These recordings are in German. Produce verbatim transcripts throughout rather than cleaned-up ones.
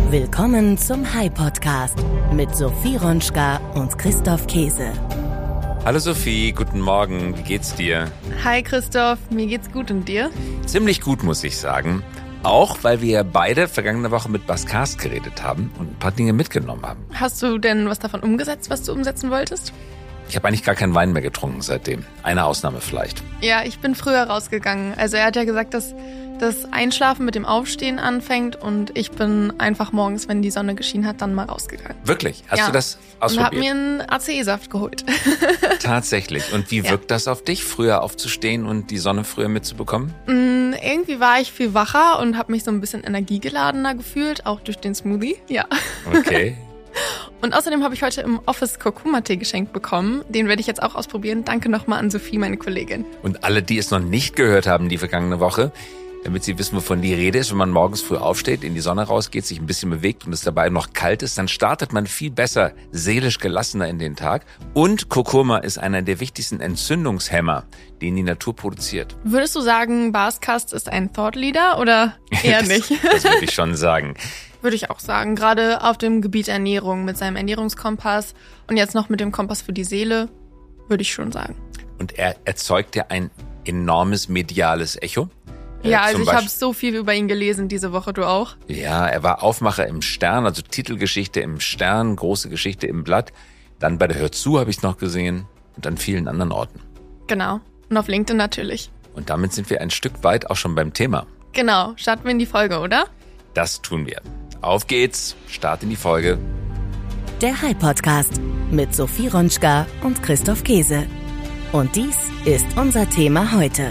Willkommen zum Hi-Podcast mit Sophie Ronschka und Christoph Käse. Hallo Sophie, guten Morgen, wie geht's dir? Hi Christoph, mir geht's gut und dir? Ziemlich gut, muss ich sagen. Auch, weil wir beide vergangene Woche mit Bas Karst geredet haben und ein paar Dinge mitgenommen haben. Hast du denn was davon umgesetzt, was du umsetzen wolltest? Ich habe eigentlich gar keinen Wein mehr getrunken seitdem. Eine Ausnahme vielleicht. Ja, ich bin früher rausgegangen. Also er hat ja gesagt, dass das Einschlafen mit dem Aufstehen anfängt und ich bin einfach morgens, wenn die Sonne geschienen hat, dann mal rausgegangen. Wirklich? Hast ja. du das ausprobiert? Und hab mir einen A C E-Saft geholt. Tatsächlich. Und wie ja. wirkt das auf dich, früher aufzustehen und die Sonne früher mitzubekommen? Mm, irgendwie war ich viel wacher und habe mich so ein bisschen energiegeladener gefühlt, auch durch den Smoothie. Ja. Okay. Und außerdem habe ich heute im Office Kurkuma-Tee geschenkt bekommen. Den werde ich jetzt auch ausprobieren. Danke nochmal an Sophie, meine Kollegin. Und alle, die es noch nicht gehört haben, die vergangene Woche, damit Sie wissen, wovon die Rede ist, wenn man morgens früh aufsteht, in die Sonne rausgeht, sich ein bisschen bewegt und es dabei noch kalt ist, dann startet man viel besser, seelisch gelassener in den Tag. Und Kurkuma ist einer der wichtigsten Entzündungshemmer, den die Natur produziert. Würdest du sagen, Bas Karst ist ein Thought Leader oder eher das, nicht? Das würde ich schon sagen. Würde ich auch sagen, gerade auf dem Gebiet Ernährung mit seinem Ernährungskompass und jetzt noch mit dem Kompass für die Seele, würde ich schon sagen. Und er erzeugt ja ein enormes mediales Echo. Ja, also ich habe so viel über ihn gelesen diese Woche, du auch? Ja, er war Aufmacher im Stern, also Titelgeschichte im Stern, große Geschichte im Blatt. Dann bei der Hör zu habe ich es noch gesehen und an vielen anderen Orten. Genau, und auf LinkedIn natürlich. Und damit sind wir ein Stück weit auch schon beim Thema. Genau, starten wir in die Folge, oder? Das tun wir. Auf geht's, Start in die Folge. Der Hi-Podcast mit Sophie Ronschka und Christoph Käse. Und dies ist unser Thema heute.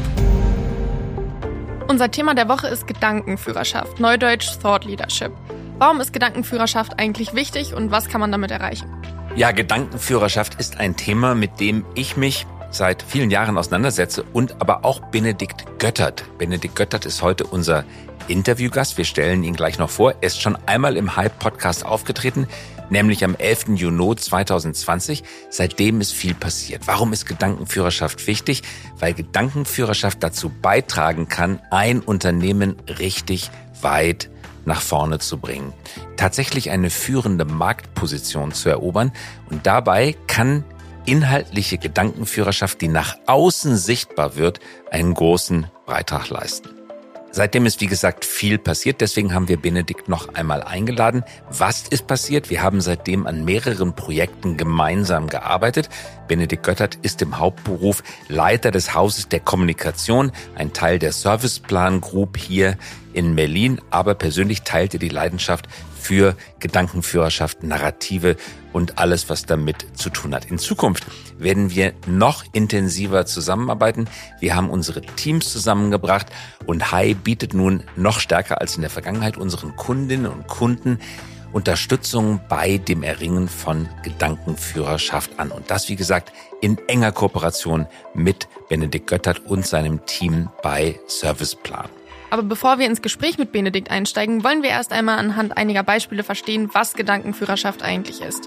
Unser Thema der Woche ist Gedankenführerschaft, neudeutsch Thought Leadership. Warum ist Gedankenführerschaft eigentlich wichtig und was kann man damit erreichen? Ja, Gedankenführerschaft ist ein Thema, mit dem ich mich seit vielen Jahren auseinandersetze und aber auch Benedikt Göttert. Benedikt Göttert ist heute unser Interviewgast. Wir stellen ihn gleich noch vor. Er ist schon einmal im Hype-Podcast aufgetreten, nämlich am elften Juni zweitausendzwanzig. Seitdem ist viel passiert. Warum ist Gedankenführerschaft wichtig? Weil Gedankenführerschaft dazu beitragen kann, ein Unternehmen richtig weit nach vorne zu bringen. Tatsächlich eine führende Marktposition zu erobern. Und dabei kann inhaltliche Gedankenführerschaft, die nach außen sichtbar wird, einen großen Beitrag leisten. Seitdem ist, wie gesagt, viel passiert. Deswegen haben wir Benedikt noch einmal eingeladen. Was ist passiert? Wir haben seitdem an mehreren Projekten gemeinsam gearbeitet. Benedikt Göttert ist im Hauptberuf Leiter des Hauses der Kommunikation, ein Teil der Serviceplan Group hier in Berlin. Aber persönlich teilt er die Leidenschaft für Gedankenführerschaft, Narrative und alles, was damit zu tun hat. In Zukunft werden wir noch intensiver zusammenarbeiten. Wir haben unsere Teams zusammengebracht und Hi bietet nun noch stärker als in der Vergangenheit unseren Kundinnen und Kunden Unterstützung bei dem Erringen von Gedankenführerschaft an. Und das, wie gesagt, in enger Kooperation mit Benedikt Göttert und seinem Team bei Serviceplan. Aber bevor wir ins Gespräch mit Benedikt einsteigen, wollen wir erst einmal anhand einiger Beispiele verstehen, was Gedankenführerschaft eigentlich ist.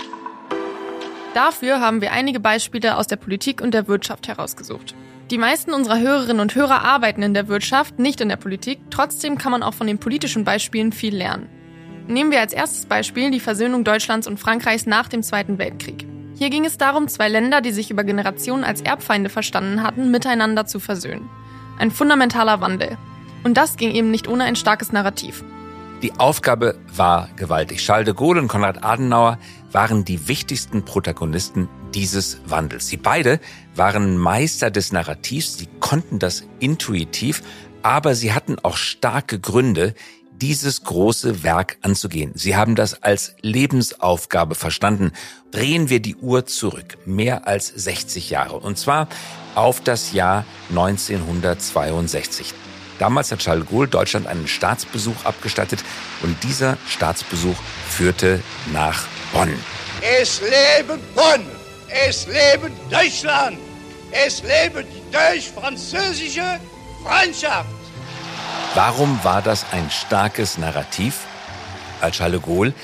Dafür haben wir einige Beispiele aus der Politik und der Wirtschaft herausgesucht. Die meisten unserer Hörerinnen und Hörer arbeiten in der Wirtschaft, nicht in der Politik. Trotzdem kann man auch von den politischen Beispielen viel lernen. Nehmen wir als erstes Beispiel die Versöhnung Deutschlands und Frankreichs nach dem Zweiten Weltkrieg. Hier ging es darum, zwei Länder, die sich über Generationen als Erbfeinde verstanden hatten, miteinander zu versöhnen. Ein fundamentaler Wandel. Und das ging eben nicht ohne ein starkes Narrativ. Die Aufgabe war gewaltig. Charles de Gaulle und Konrad Adenauer waren die wichtigsten Protagonisten dieses Wandels. Sie beide waren Meister des Narrativs, sie konnten das intuitiv, aber sie hatten auch starke Gründe, dieses große Werk anzugehen. Sie haben das als Lebensaufgabe verstanden. Drehen wir die Uhr zurück, mehr als sechzig Jahre, und zwar auf das Jahr neunzehnhundertzweiundsechzig. Damals hat Charles de Gaulle Deutschland einen Staatsbesuch abgestattet und dieser Staatsbesuch führte nach Bonn. Es lebe Bonn! Es lebe Deutschland! Es lebe die deutsch-französische Freundschaft! Warum war das ein starkes Narrativ? Als Charles de Gaulle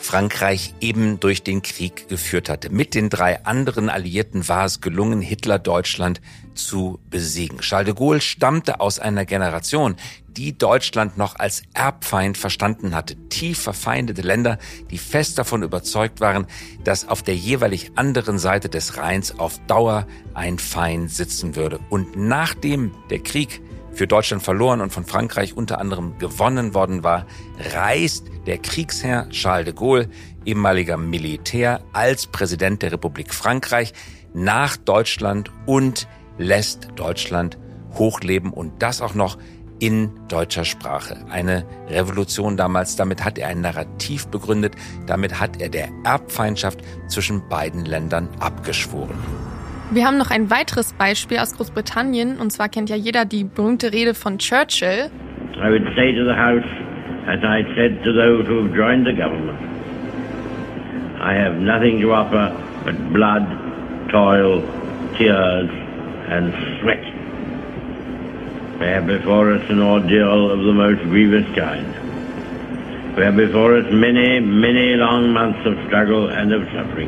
Frankreich eben durch den Krieg geführt hatte. Mit den drei anderen Alliierten war es gelungen, Hitler Deutschland zu besiegen. Charles de Gaulle stammte aus einer Generation, die Deutschland noch als Erbfeind verstanden hatte. Tief verfeindete Länder, die fest davon überzeugt waren, dass auf der jeweilig anderen Seite des Rheins auf Dauer ein Feind sitzen würde. Und nachdem der Krieg für Deutschland verloren und von Frankreich unter anderem gewonnen worden war, reist der Kriegsherr Charles de Gaulle, ehemaliger Militär, als Präsident der Republik Frankreich nach Deutschland und lässt Deutschland hochleben und das auch noch in deutscher Sprache. Eine Revolution damals, damit hat er ein Narrativ begründet, damit hat er der Erbfeindschaft zwischen beiden Ländern abgeschworen. Wir haben noch ein weiteres Beispiel aus Großbritannien, und zwar kennt ja jeder die berühmte Rede von Churchill. I would say to the House, as I said to those who have joined the government, I have nothing to offer but blood, toil, tears and sweat. We have before us an ordeal of the most grievous kind. We have before us many, many long months of struggle and of suffering.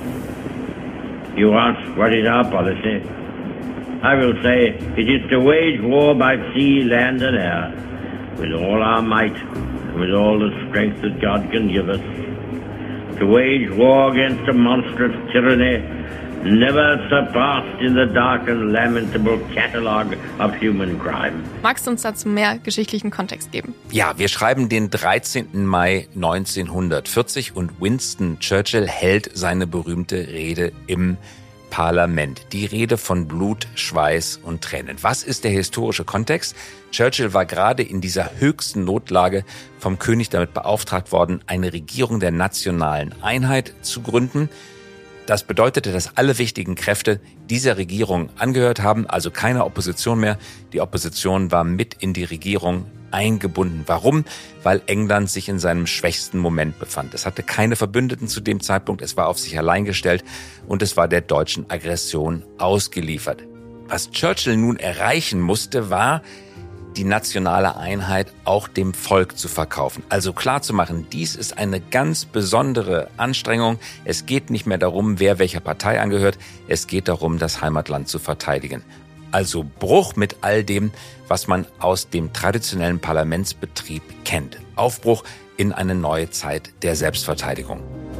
You ask, what is our policy? I will say, it is to wage war by sea, land and air, with all our might and with all the strength that God can give us. To wage war against a monstrous tyranny never surpassed in the dark and lamentable catalogue of human crime. Magst du uns dazu mehr geschichtlichen Kontext geben? Ja, wir schreiben den dreizehnten Mai neunzehnhundertvierzig und Winston Churchill hält seine berühmte Rede im Parlament. Die Rede von Blut, Schweiß und Tränen. Was ist der historische Kontext? Churchill war gerade in dieser höchsten Notlage vom König damit beauftragt worden, eine Regierung der nationalen Einheit zu gründen. Das bedeutete, dass alle wichtigen Kräfte dieser Regierung angehört haben, also keine Opposition mehr. Die Opposition war mit in die Regierung eingebunden. Warum? Weil England sich in seinem schwächsten Moment befand. Es hatte keine Verbündeten zu dem Zeitpunkt, es war auf sich allein gestellt und es war der deutschen Aggression ausgeliefert. Was Churchill nun erreichen musste, war, die nationale Einheit auch dem Volk zu verkaufen. Also klarzumachen, dies ist eine ganz besondere Anstrengung. Es geht nicht mehr darum, wer welcher Partei angehört. Es geht darum, das Heimatland zu verteidigen. Also Bruch mit all dem, was man aus dem traditionellen Parlamentsbetrieb kennt. Aufbruch in eine neue Zeit der Selbstverteidigung.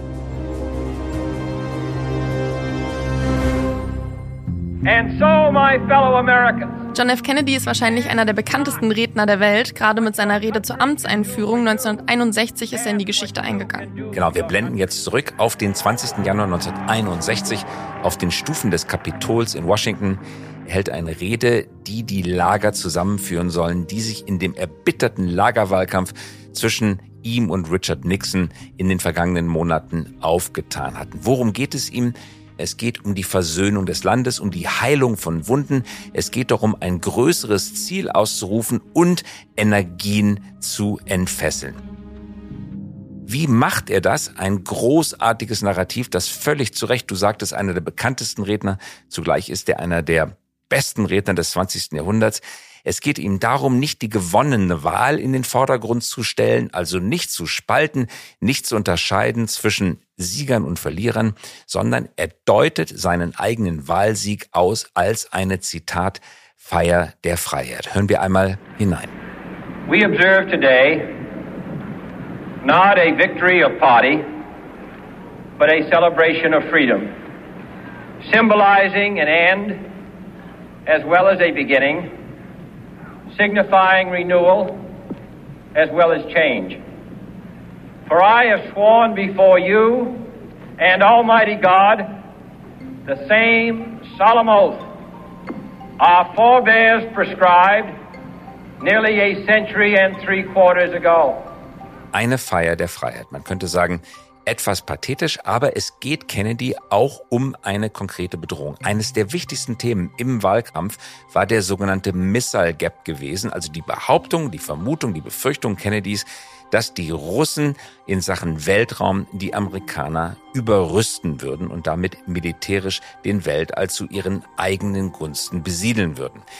And so, my fellow Americans. John F. Kennedy ist wahrscheinlich einer der bekanntesten Redner der Welt. Gerade mit seiner Rede zur Amtseinführung neunzehnhunderteinundsechzig ist er in die Geschichte eingegangen. Genau, wir blenden jetzt zurück auf den zwanzigsten Januar neunzehnhunderteinundsechzig. Auf den Stufen des Kapitols in Washington hält eine Rede, die die Lager zusammenführen sollen, die sich in dem erbitterten Lagerwahlkampf zwischen ihm und Richard Nixon in den vergangenen Monaten aufgetan hatten. Worum geht es ihm? Es geht um die Versöhnung des Landes, um die Heilung von Wunden. Es geht darum, ein größeres Ziel auszurufen und Energien zu entfesseln. Wie macht er das? Ein großartiges Narrativ, das völlig zu Recht, du sagtest, einer der bekanntesten Redner, zugleich ist er einer der besten Redner des zwanzigsten Jahrhunderts. Es geht ihm darum, nicht die gewonnene Wahl in den Vordergrund zu stellen, also nicht zu spalten, nicht zu unterscheiden zwischen Siegern und Verlierern, sondern er deutet seinen eigenen Wahlsieg aus als eine, Zitat, Feier der Freiheit. Hören wir einmal hinein. We observe today not a victory of party, but a celebration of freedom, symbolizing an end as well as a beginning, signifying renewal as well as change. For I have sworn before you and Almighty God the same solemn oath our forebears prescribed nearly a century and three quarters ago. Eine Feier der Freiheit. Man könnte sagen, etwas pathetisch, aber es geht Kennedy auch um eine konkrete Bedrohung. Eines der wichtigsten Themen im Wahlkampf war der sogenannte Missile Gap gewesen, also die Behauptung, die Vermutung, die Befürchtung Kennedys, dass die Russen in Sachen Weltraum die Amerikaner überrüsten würden und damit militärisch den Weltall zu ihren eigenen Gunsten besiedeln würden.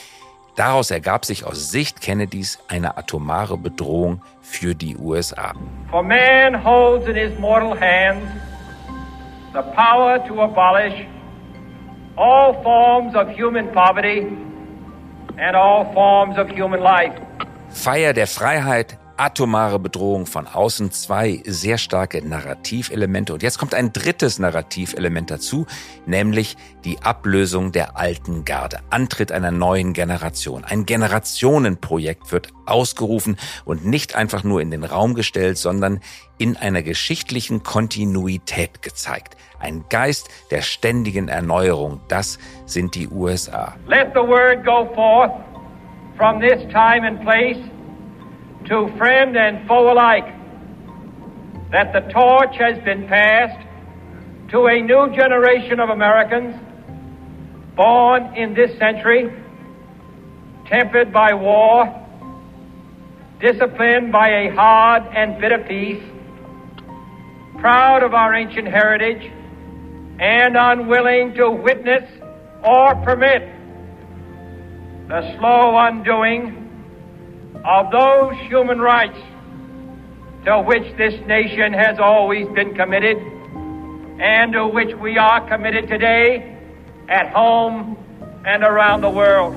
Daraus ergab sich aus Sicht Kennedys eine atomare Bedrohung für die U S A. For man holds in his mortal hands the power to abolish all forms of human poverty and all forms of human life. Feier der Freiheit, atomare Bedrohung von außen, zwei sehr starke Narrativelemente. Und jetzt kommt ein drittes Narrativelement dazu, nämlich die Ablösung der alten Garde. Antritt einer neuen Generation. Ein Generationenprojekt wird ausgerufen und nicht einfach nur in den Raum gestellt, sondern in einer geschichtlichen Kontinuität gezeigt. Ein Geist der ständigen Erneuerung, das sind die U S A. Let the word go forth from this time and place to friend and foe alike, that the torch has been passed to a new generation of Americans born in this century, tempered by war, disciplined by a hard and bitter peace, proud of our ancient heritage, and unwilling to witness or permit the slow undoing of those human rights to which this nation has always been committed and to which we are committed today at home and around the world.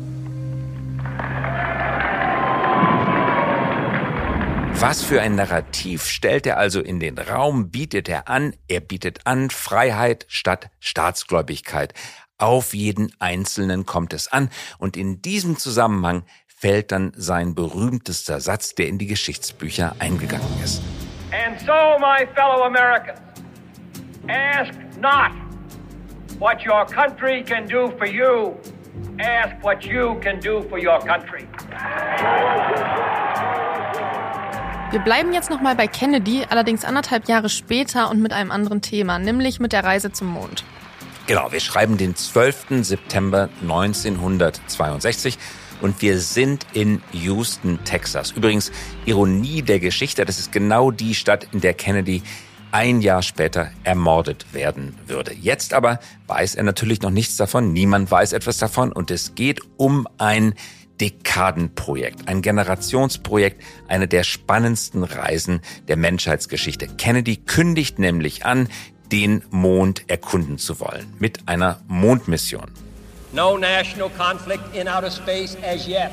Was für ein Narrativ stellt er also in den Raum, bietet er an? Er bietet an Freiheit statt Staatsgläubigkeit. Auf jeden Einzelnen kommt es an. Und in diesem Zusammenhang fällt dann sein berühmtester Satz, der in die Geschichtsbücher eingegangen ist. And so, my fellow Americans, ask not what your country can do for you, ask what you can do for your country. Wir bleiben jetzt nochmal bei Kennedy, allerdings anderthalb Jahre später und mit einem anderen Thema, nämlich mit der Reise zum Mond. Genau, wir schreiben den zwölften September neunzehnhundertzweiundsechzig. Und wir sind in Houston, Texas. Übrigens, Ironie der Geschichte, das ist genau die Stadt, in der Kennedy ein Jahr später ermordet werden würde. Jetzt aber weiß er natürlich noch nichts davon, niemand weiß etwas davon und es geht um ein Dekadenprojekt, ein Generationsprojekt, eine der spannendsten Reisen der Menschheitsgeschichte. Kennedy kündigt nämlich an, den Mond erkunden zu wollen, mit einer Mondmission. No national conflict in outer space as yet.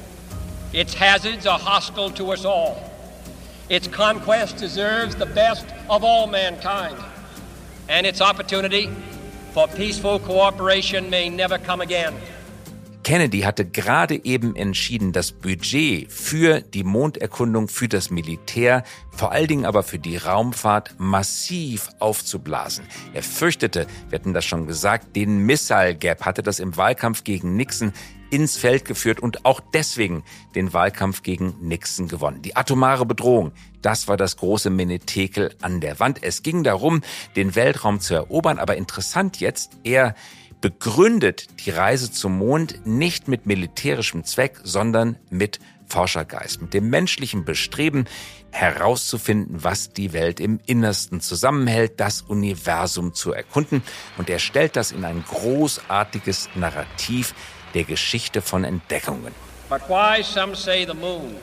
Its hazards are hostile to us all. Its conquest deserves the best of all mankind. And its opportunity for peaceful cooperation may never come again. Kennedy hatte gerade eben entschieden, das Budget für die Monderkundung, für das Militär, vor allen Dingen aber für die Raumfahrt massiv aufzublasen. Er fürchtete, wir hatten das schon gesagt, den Missile Gap, hatte das im Wahlkampf gegen Nixon ins Feld geführt und auch deswegen den Wahlkampf gegen Nixon gewonnen. Die atomare Bedrohung, das war das große Menetekel an der Wand. Es ging darum, den Weltraum zu erobern, aber interessant jetzt, er begründet die Reise zum Mond nicht mit militärischem Zweck, sondern mit Forschergeist, mit dem menschlichen Bestreben herauszufinden, was die Welt im Innersten zusammenhält, das Universum zu erkunden. Und er stellt das in ein großartiges Narrativ der Geschichte von Entdeckungen. But why some say the moon?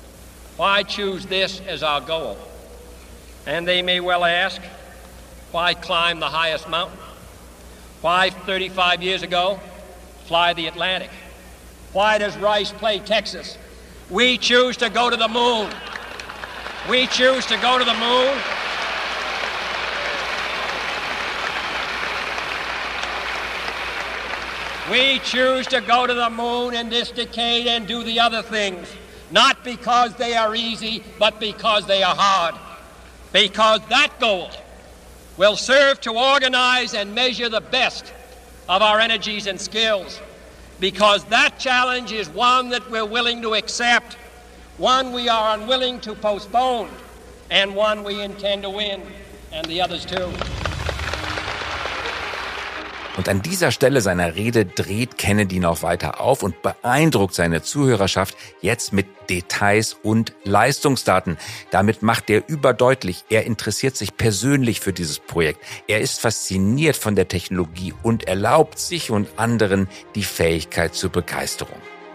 Why choose this as our goal? And they may well ask, why climb the highest mountain? Why, thirty-five years ago, fly the Atlantic? Why does Rice play Texas? We choose to go to the moon. We choose to go to the moon. We choose to go to the moon in this decade and do the other things, not because they are easy, but because they are hard. Because that goal will serve to organize and measure the best of our energies and skills, because that challenge is one that we're willing to accept, one we are unwilling to postpone, and one we intend to win, and the others too. Und an dieser Stelle seiner Rede dreht Kennedy noch weiter auf und beeindruckt seine Zuhörerschaft jetzt mit Details und Leistungsdaten. Damit macht er überdeutlich, er interessiert sich persönlich für dieses Projekt. Er ist fasziniert von der Technologie und erlaubt sich und anderen die Fähigkeit zur Begeisterung.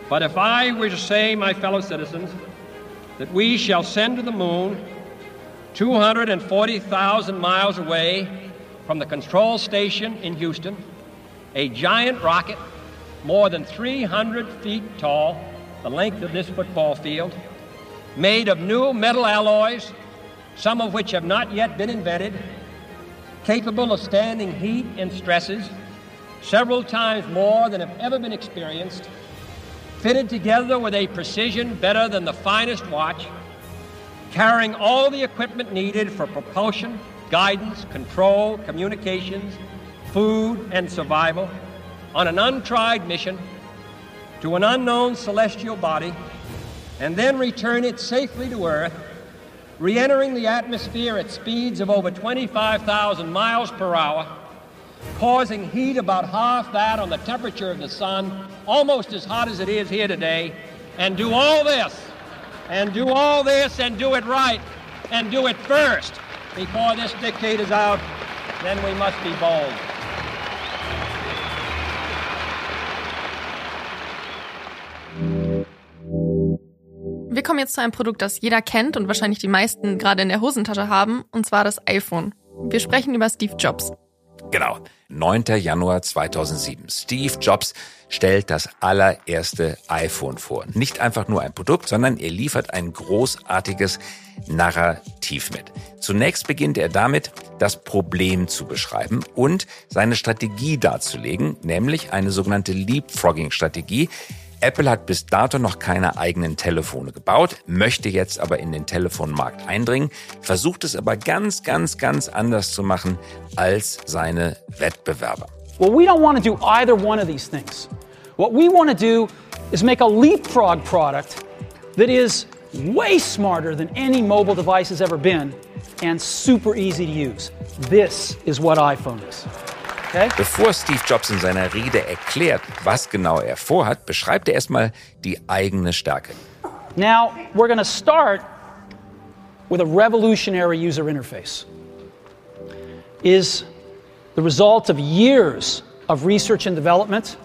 But if I were to say, my fellow citizens, that we shall send to the moon two hundred forty thousand miles away from the control station in Houston, a giant rocket more than three hundred feet tall, the length of this football field, made of new metal alloys, some of which have not yet been invented, capable of standing heat and stresses several times more than have ever been experienced, fitted together with a precision better than the finest watch, carrying all the equipment needed for propulsion, guidance, control, communications, food, and survival, on an untried mission to an unknown celestial body, and then return it safely to Earth, re-entering the atmosphere at speeds of over twenty-five thousand miles per hour, causing heat about half that on the temperature of the sun, almost as hot as it is here today, and do all this, and do all this, and do it right, and do it first. Before this decade is out, then we must be bold. Wir kommen jetzt zu einem Produkt, das jeder kennt und wahrscheinlich die meisten gerade in der Hosentasche haben, und zwar das iPhone. Wir sprechen über Steve Jobs. Genau, neunter Januar zweitausendsieben. Steve Jobs stellt das allererste iPhone vor. Nicht einfach nur ein Produkt, sondern er liefert ein großartiges Narrativ mit. Zunächst beginnt er damit, das Problem zu beschreiben und seine Strategie darzulegen, nämlich eine sogenannte Leapfrogging-Strategie. Apple hat bis dato noch keine eigenen Telefone gebaut, möchte jetzt aber in den Telefonmarkt eindringen, versucht es aber ganz, ganz, ganz anders zu machen als seine Wettbewerber. Well, we don't want to do either one of these things. What we want to do is make a leapfrog product that is way smarter than any mobile device has ever been and super easy to use. This is what iPhone is. Okay? Bevor Steve Jobs in seiner Rede erklärt, was genau er vorhat, beschreibt er erstmal die eigene Stärke. Now, we're going to start with a revolutionary user interface. It is the result of years of research and development.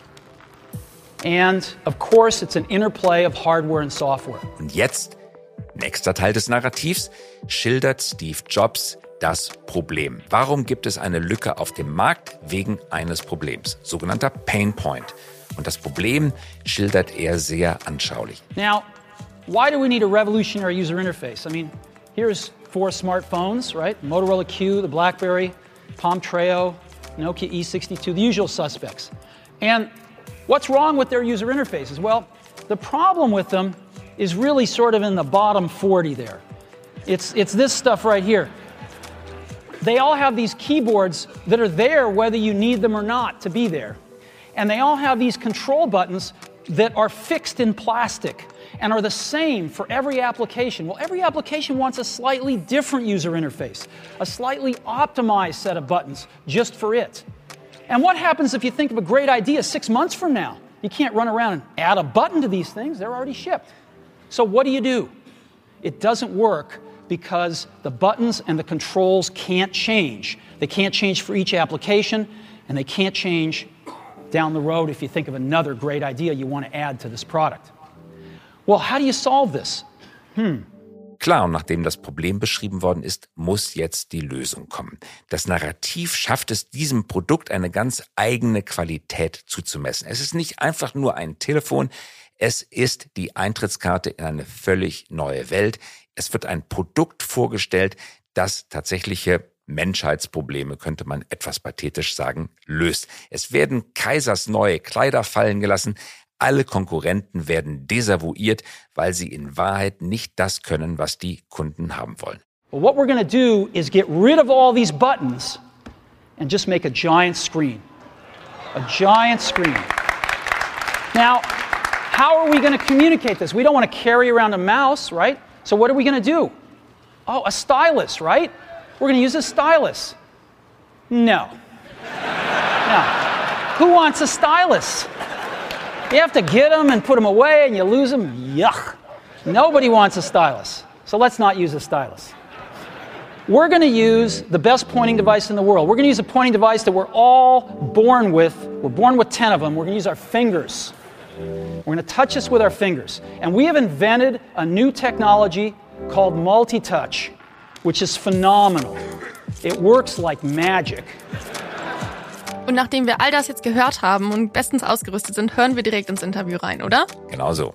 And, of course, it's an interplay of hardware and software. Und jetzt, nächster Teil des Narrativs, schildert Steve Jobs das Problem. Warum gibt es eine Lücke auf dem Markt? Wegen eines Problems, sogenannter Pain Point. Und das Problem schildert er sehr anschaulich. Now, why do we need a revolutionary user interface? I mean, here's four smartphones, right? Motorola Q, the BlackBerry, Palm Treo, Nokia E sixty-two, the usual suspects. And what's wrong with their user interfaces? Well, the problem with them is really sort of in the bottom forty there. It's, it's this stuff right here. They all have these keyboards that are there whether you need them or not to be there. And they all have these control buttons that are fixed in plastic and are the same for every application. Well, every application wants a slightly different user interface, a slightly optimized set of buttons just for it. And what happens if you think of a great idea six months from now? You can't run around and add a button to these things. They're already shipped. So what do you do? It doesn't work because the buttons and the controls can't change. They can't change for each application, and they can't change down the road if you think of another great idea you want to add to this product. Well, how do you solve this? Hmm. Klar, und nachdem das Problem beschrieben worden ist, muss jetzt die Lösung kommen. Das Narrativ schafft es, diesem Produkt eine ganz eigene Qualität zuzumessen. Es ist nicht einfach nur ein Telefon, es ist die Eintrittskarte in eine völlig neue Welt. Es wird ein Produkt vorgestellt, das tatsächliche Menschheitsprobleme, könnte man etwas pathetisch sagen, löst. Es werden Kaisers neue Kleider fallen gelassen. Alle Konkurrenten werden desavouiert, weil sie in Wahrheit nicht das können, was die Kunden haben wollen. Well, what we're going to do is get rid of all these buttons and just make a giant screen. A giant screen. Now, how are we going to communicate this? We don't want to carry around a mouse, right? So what are we going to do? Oh, a stylus, right? We're going to use a stylus. No. No. Who wants a stylus? You have to get them and put them away and you lose them. Yuck. Nobody wants a stylus. So let's not use a stylus. We're going to use the best pointing device in the world. We're going to use a pointing device that we're all born with. We're born with ten of them. We're going to use our fingers. We're going to touch this with our fingers. And we have invented a new technology called multi-touch, which is phenomenal. It works like magic. Und nachdem wir all das jetzt gehört haben und bestens ausgerüstet sind, hören wir direkt ins Interview rein, oder? Genau so.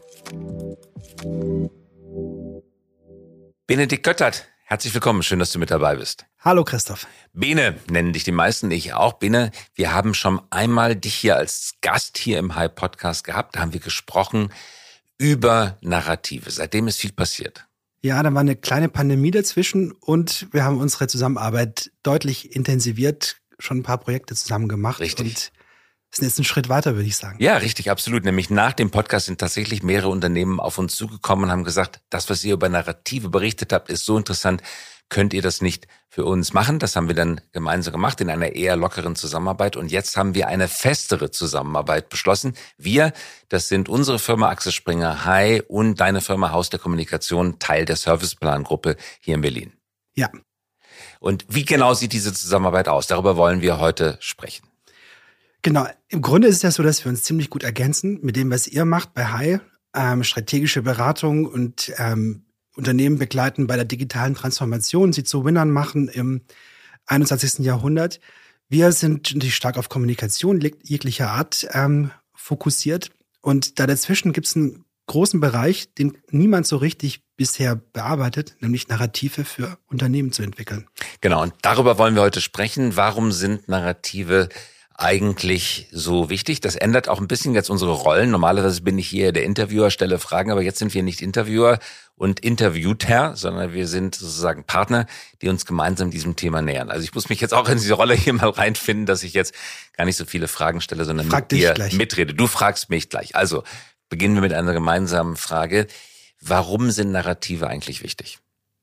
Benedikt Göttert, herzlich willkommen. Schön, dass du mit dabei bist. Hallo Christoph. Bene nennen dich die meisten, ich auch. Bene, wir haben schon einmal dich hier als Gast hier im Hype Podcast gehabt. Da haben wir gesprochen über Narrative. Seitdem ist viel passiert. Ja, da war eine kleine Pandemie dazwischen und wir haben unsere Zusammenarbeit deutlich intensiviert, schon ein paar Projekte zusammen gemacht. Richtig. Und sind jetzt einen Schritt weiter, würde ich sagen. Ja, richtig, absolut. Nämlich nach dem Podcast sind tatsächlich mehrere Unternehmen auf uns zugekommen und haben gesagt, das, was ihr über Narrative berichtet habt, ist so interessant. Könnt ihr das nicht für uns machen? Das haben wir dann gemeinsam gemacht in einer eher lockeren Zusammenarbeit. Und jetzt haben wir eine festere Zusammenarbeit beschlossen. Wir, das sind unsere Firma Axel Springer High und deine Firma Haus der Kommunikation, Teil der Serviceplan-Gruppe hier in Berlin. Ja. Und wie genau sieht diese Zusammenarbeit aus? Darüber wollen wir heute sprechen. Genau. Im Grunde ist es ja so, dass wir uns ziemlich gut ergänzen mit dem, was ihr macht bei High. Ähm, strategische Beratung und ähm, Unternehmen begleiten bei der digitalen Transformation, sie zu Winnern machen im einundzwanzigsten Jahrhundert. Wir sind natürlich stark auf Kommunikation jeglicher Art ähm, fokussiert. Und da dazwischen gibt es einen großen Bereich, den niemand so richtig bisher bearbeitet, nämlich Narrative für Unternehmen zu entwickeln. Genau, und darüber wollen wir heute sprechen. Warum sind Narrative eigentlich so wichtig? Das ändert auch ein bisschen jetzt unsere Rollen. Normalerweise bin ich hier der Interviewer, stelle Fragen, aber jetzt sind wir nicht Interviewer und Interviewter, sondern wir sind sozusagen Partner, die uns gemeinsam diesem Thema nähern. Also ich muss mich jetzt auch in diese Rolle hier mal reinfinden, dass ich jetzt gar nicht so viele Fragen stelle, sondern Frag mit dir gleich. mitrede. Du fragst mich gleich. Also beginnen wir mit einer gemeinsamen Frage. Warum sind Narrative eigentlich wichtig?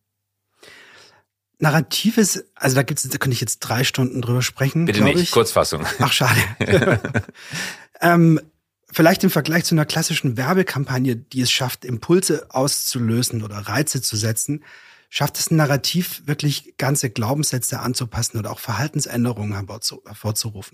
Narratives, also da gibt's, da könnte ich jetzt drei Stunden drüber sprechen. Bitte nicht, ich. Kurzfassung. Ach, schade. ähm, vielleicht im Vergleich zu einer klassischen Werbekampagne, die es schafft, Impulse auszulösen oder Reize zu setzen, schafft es ein Narrativ, wirklich ganze Glaubenssätze anzupassen oder auch Verhaltensänderungen hervorzurufen.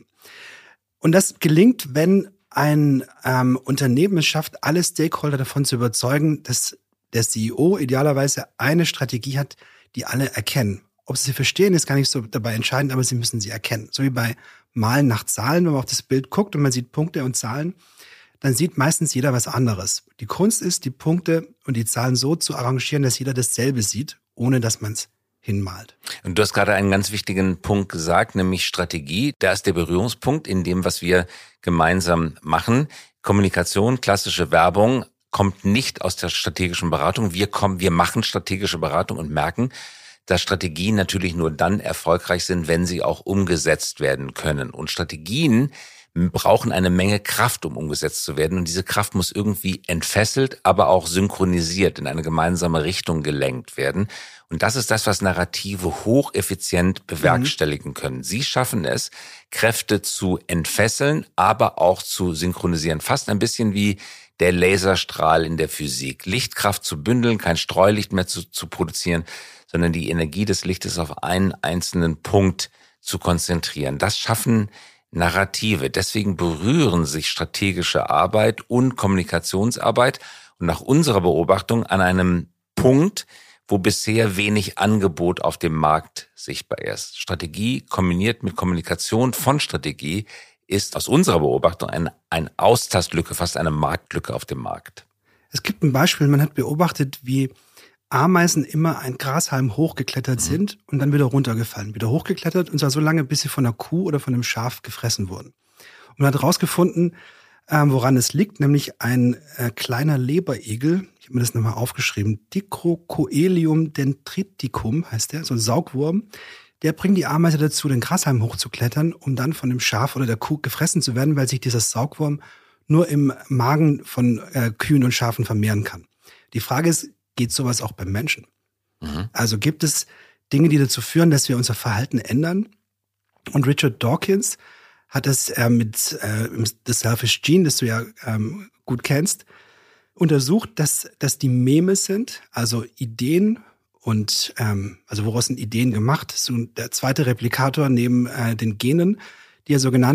Und das gelingt, wenn ein ähm, Unternehmen es schafft, alle Stakeholder davon zu überzeugen, dass der C E O idealerweise eine Strategie hat, die alle erkennen. Ob sie sie verstehen, ist gar nicht so dabei entscheidend, aber sie müssen sie erkennen. So wie bei Malen nach Zahlen, wenn man auf das Bild guckt und man sieht Punkte und Zahlen, dann sieht meistens jeder was anderes. Die Kunst ist, die Punkte und die Zahlen so zu arrangieren, dass jeder dasselbe sieht, ohne dass man es hinmalt. Und du hast gerade einen ganz wichtigen Punkt gesagt, nämlich Strategie. Da ist der Berührungspunkt in dem, was wir gemeinsam machen. Kommunikation, klassische Werbung kommt nicht aus der strategischen Beratung. Wir kommen, wir machen strategische Beratung und merken, dass Strategien natürlich nur dann erfolgreich sind, wenn sie auch umgesetzt werden können. Und Strategien brauchen eine Menge Kraft, um umgesetzt zu werden. Und diese Kraft muss irgendwie entfesselt, aber auch synchronisiert in eine gemeinsame Richtung gelenkt werden. Und das ist das, was Narrative hocheffizient bewerkstelligen können. Sie schaffen es, Kräfte zu entfesseln, aber auch zu synchronisieren. Fast ein bisschen wie der Laserstrahl in der Physik. Lichtkraft zu bündeln, kein Streulicht mehr zu, zu produzieren, sondern die Energie des Lichtes auf einen einzelnen Punkt zu konzentrieren. Das schaffen Narrative. Deswegen berühren sich strategische Arbeit und Kommunikationsarbeit und nach unserer Beobachtung an einem Punkt, wo bisher wenig Angebot auf dem Markt sichtbar ist. Strategie kombiniert mit Kommunikation von Strategie ist aus unserer Beobachtung ein, ein Austastlücke, fast eine Marktlücke auf dem Markt. Es gibt ein Beispiel, man hat beobachtet, wie Ameisen immer ein Grashalm hochgeklettert mhm. sind und dann wieder runtergefallen, wieder hochgeklettert und zwar so lange, bis sie von einer Kuh oder von einem Schaf gefressen wurden. Und man hat herausgefunden, äh, woran es liegt, nämlich ein äh, kleiner Leberegel, ich habe mir das nochmal aufgeschrieben, Dicrocoelium dendriticum heißt der, so ein Saugwurm, der bringt die Ameise dazu, den Grashalm hochzuklettern, um dann von dem Schaf oder der Kuh gefressen zu werden, weil sich dieser Saugwurm nur im Magen von äh, Kühen und Schafen vermehren kann. Die Frage ist, geht sowas auch beim Menschen? Mhm. Also gibt es Dinge, die dazu führen, dass wir unser Verhalten ändern? Und Richard Dawkins hat das äh, mit äh, The Selfish Gene, das du ja ähm, gut kennst, untersucht, dass, dass die Meme sind, also Ideen und ähm, also woraus sind Ideen gemacht? So der zweite Replikator neben äh, den Genen, die er so genannt hat,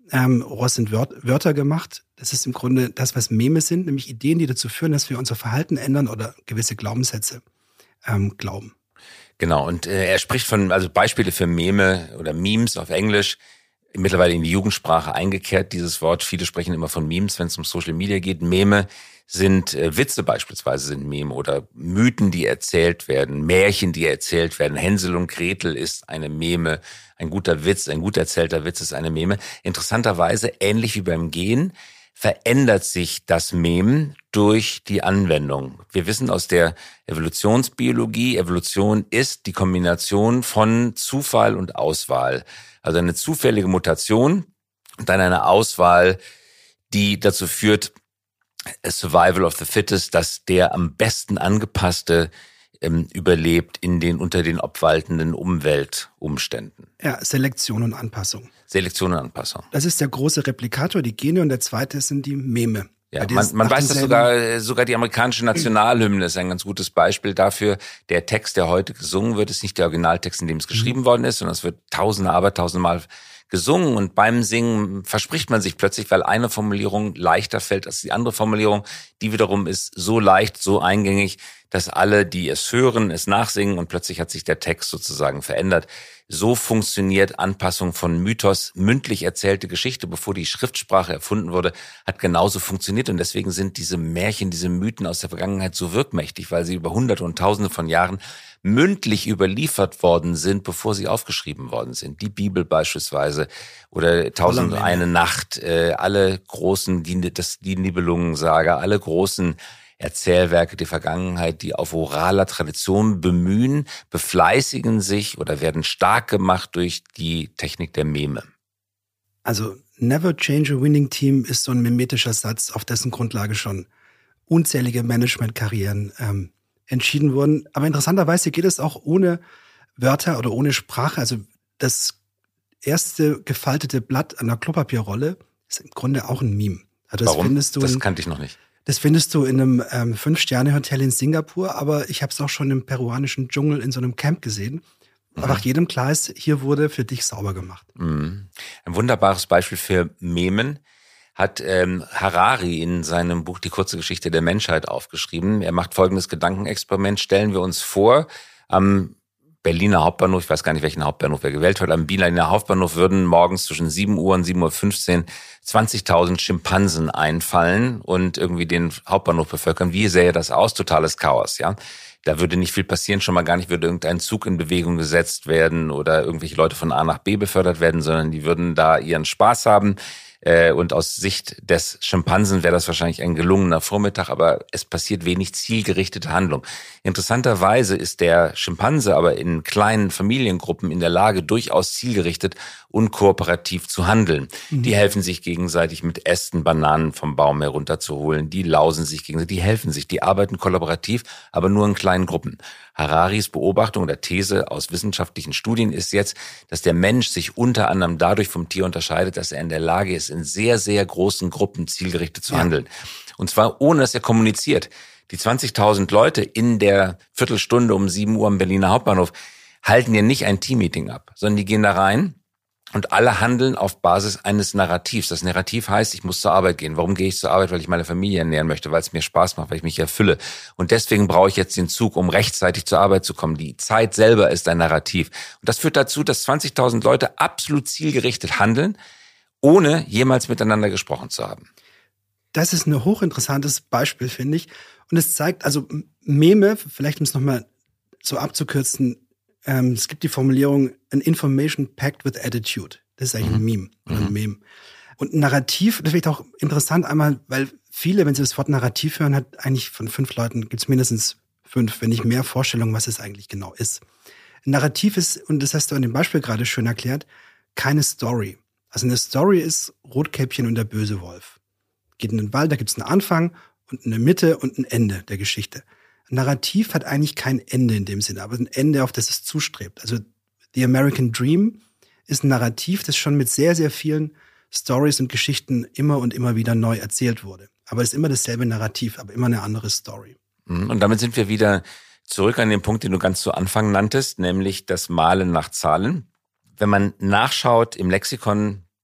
ähm, woraus sind Wör- Wörter gemacht. Das ist im Grunde das, was Meme sind, nämlich Ideen, die dazu führen, dass wir unser Verhalten ändern oder gewisse Glaubenssätze ähm, glauben. Genau, und äh, er spricht von, also Beispiele für Meme oder Memes auf Englisch, mittlerweile in die Jugendsprache eingekehrt, dieses Wort. Viele sprechen immer von Memes, wenn es um Social Media geht. Meme sind äh, Witze beispielsweise sind Meme oder Mythen, die erzählt werden, Märchen, die erzählt werden. Hänsel und Gretel ist eine Meme, ein guter Witz, ein gut erzählter Witz ist eine Meme. Interessanterweise, ähnlich wie beim Gehen, verändert sich das Meme durch die Anwendung. Wir wissen aus der Evolutionsbiologie, Evolution ist die Kombination von Zufall und Auswahl. Also eine zufällige Mutation und dann eine Auswahl, die dazu führt, Survival of the Fittest, dass der am besten angepasste ähm, überlebt in den unter den obwaltenden Umweltumständen. Ja, Selektion und Anpassung. Selektion und Anpassung. Das ist der große Replikator, die Gene, und der zweite sind die Meme. Ja, man, man weiß das sogar, sogar die amerikanische Nationalhymne ist ein ganz gutes Beispiel dafür. Der Text, der heute gesungen wird, ist nicht der Originaltext, in dem es geschrieben mhm. worden ist, sondern es wird tausende, abertausende Mal gesungen, und beim Singen verspricht man sich plötzlich, weil eine Formulierung leichter fällt als die andere Formulierung. Die wiederum ist so leicht, so eingängig, dass alle, die es hören, es nachsingen, und plötzlich hat sich der Text sozusagen verändert. So funktioniert Anpassung von Mythos. Mündlich erzählte Geschichte, bevor die Schriftsprache erfunden wurde, hat genauso funktioniert, und deswegen sind diese Märchen, diese Mythen aus der Vergangenheit so wirkmächtig, weil sie über Hunderte und Tausende von Jahren mündlich überliefert worden sind, bevor sie aufgeschrieben worden sind. Die Bibel beispielsweise oder Tausend und eine Nacht, äh, alle großen, die, das, die Nibelungensaga, alle großen Erzählwerke der Vergangenheit, die auf oraler Tradition bemühen, befleißigen sich oder werden stark gemacht durch die Technik der Meme. Also never change a winning team ist so ein mimetischer Satz, auf dessen Grundlage schon unzählige Managementkarrieren ähm, entschieden wurden. Aber interessanterweise geht es auch ohne Wörter oder ohne Sprache. Also das erste gefaltete Blatt an der Klopapierrolle ist im Grunde auch ein Meme. Also das Warum? Findest du das in, kannte ich noch nicht. Das findest du in einem ähm, Fünf-Sterne-Hotel in Singapur, aber ich habe es auch schon im peruanischen Dschungel in so einem Camp gesehen. Mhm. Aber auch jedem klar ist, hier wurde für dich sauber gemacht. Mhm. Ein wunderbares Beispiel für Memen hat ähm, Harari in seinem Buch Die kurze Geschichte der Menschheit aufgeschrieben. Er macht folgendes Gedankenexperiment. Stellen wir uns vor, am Berliner Hauptbahnhof, ich weiß gar nicht, welchen Hauptbahnhof er gewählt hat, am Berliner Hauptbahnhof würden morgens zwischen sieben Uhr und sieben Uhr fünfzehn zwanzigtausend Schimpansen einfallen und irgendwie den Hauptbahnhof bevölkern. Wie sähe das aus? Totales Chaos, ja. Da würde nicht viel passieren, schon mal gar nicht würde irgendein Zug in Bewegung gesetzt werden oder irgendwelche Leute von A nach B befördert werden, sondern die würden da ihren Spaß haben. Und aus Sicht des Schimpansen wäre das wahrscheinlich ein gelungener Vormittag, aber es passiert wenig zielgerichtete Handlung. Interessanterweise ist der Schimpanse aber in kleinen Familiengruppen in der Lage, durchaus zielgerichtet und kooperativ zu handeln. Mhm. Die helfen sich gegenseitig mit Ästen, Bananen vom Baum herunterzuholen, die lausen sich gegenseitig, die helfen sich, die arbeiten kollaborativ, aber nur in kleinen Gruppen. Hararis Beobachtung oder These aus wissenschaftlichen Studien ist jetzt, dass der Mensch sich unter anderem dadurch vom Tier unterscheidet, dass er in der Lage ist, in sehr, sehr großen Gruppen zielgerichtet zu ja. handeln. Und zwar ohne, dass er kommuniziert. Die zwanzigtausend Leute in der Viertelstunde um sieben Uhr am Berliner Hauptbahnhof halten ja nicht ein Teammeeting ab, sondern die gehen da rein und alle handeln auf Basis eines Narrativs. Das Narrativ heißt, ich muss zur Arbeit gehen. Warum gehe ich zur Arbeit? Weil ich meine Familie ernähren möchte, weil es mir Spaß macht, weil ich mich erfülle. Und deswegen brauche ich jetzt den Zug, um rechtzeitig zur Arbeit zu kommen. Die Zeit selber ist ein Narrativ. Und das führt dazu, dass zwanzigtausend Leute absolut zielgerichtet handeln, ohne jemals miteinander gesprochen zu haben. Das ist ein hochinteressantes Beispiel, finde ich. Und es zeigt, also Meme, vielleicht um es nochmal so abzukürzen, ähm, es gibt die Formulierung, an information packed with attitude. Das ist eigentlich mhm. ein Meme oder ein Meme. Und ein Narrativ, das ist vielleicht auch interessant einmal, weil viele, wenn sie das Wort Narrativ hören, hat eigentlich von fünf Leuten, gibt es mindestens fünf, wenn nicht mehr Vorstellungen, was es eigentlich genau ist. Ein Narrativ ist, und das hast du an dem Beispiel gerade schön erklärt, keine Story. Also eine Story ist Rotkäppchen und der böse Wolf. Geht in den Wald, da gibt es einen Anfang und eine Mitte und ein Ende der Geschichte. Ein Narrativ hat eigentlich kein Ende in dem Sinne, aber ein Ende, auf das es zustrebt. Also The American Dream ist ein Narrativ, das schon mit sehr, sehr vielen Stories und Geschichten immer und immer wieder neu erzählt wurde. Aber es ist immer dasselbe Narrativ, aber immer eine andere Story. Und damit sind wir wieder zurück an den Punkt, den du ganz zu Anfang nanntest, nämlich das Malen nach Zahlen. Wenn man nachschaut im Lexikon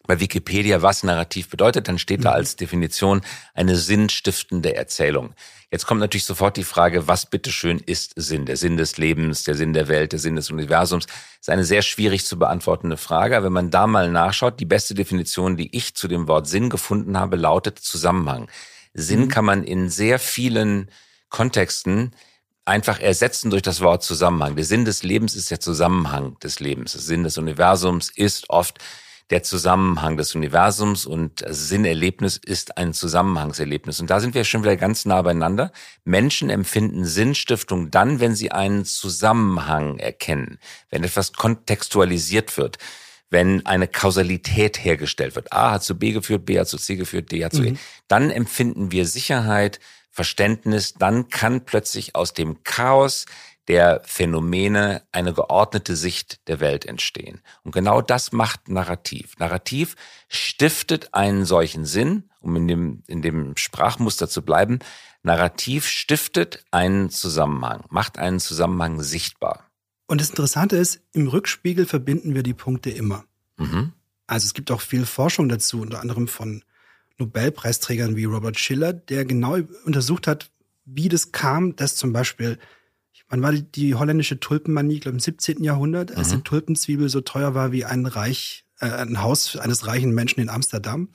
bei Wikipedia, was Narrativ bedeutet, dann steht da als Definition eine sinnstiftende Erzählung. Jetzt kommt natürlich sofort die Frage, was bitteschön ist Sinn? Der Sinn des Lebens, der Sinn der Welt, der Sinn des Universums. Das ist eine sehr schwierig zu beantwortende Frage. Aber wenn man da mal nachschaut, die beste Definition, die ich zu dem Wort Sinn gefunden habe, lautet Zusammenhang. Sinn mhm. kann man in sehr vielen Kontexten einfach ersetzen durch das Wort Zusammenhang. Der Sinn des Lebens ist der Zusammenhang des Lebens. Der Sinn des Universums ist oft der Zusammenhang des Universums und Sinnerlebnis ist ein Zusammenhangserlebnis. Und da sind wir schon wieder ganz nah beieinander. Menschen empfinden Sinnstiftung dann, wenn sie einen Zusammenhang erkennen, wenn etwas kontextualisiert wird, wenn eine Kausalität hergestellt wird. A hat zu B geführt, B hat zu C geführt, D hat zu mhm. E. Dann empfinden wir Sicherheit, Verständnis. Dann kann plötzlich aus dem Chaos der Phänomene eine geordnete Sicht der Welt entstehen. Und genau das macht Narrativ. Narrativ stiftet einen solchen Sinn, um in dem, in dem Sprachmuster zu bleiben. Narrativ stiftet einen Zusammenhang, macht einen Zusammenhang sichtbar. Und das Interessante ist, im Rückspiegel verbinden wir die Punkte immer. Mhm. Also es gibt auch viel Forschung dazu, unter anderem von Nobelpreisträgern wie Robert Shiller, der genau untersucht hat, wie das kam, dass zum Beispiel Wann war die, die holländische Tulpenmanie, ich glaube im siebzehnten Jahrhundert, als mhm. die Tulpenzwiebel so teuer war wie ein Reich, äh, ein Haus eines reichen Menschen in Amsterdam?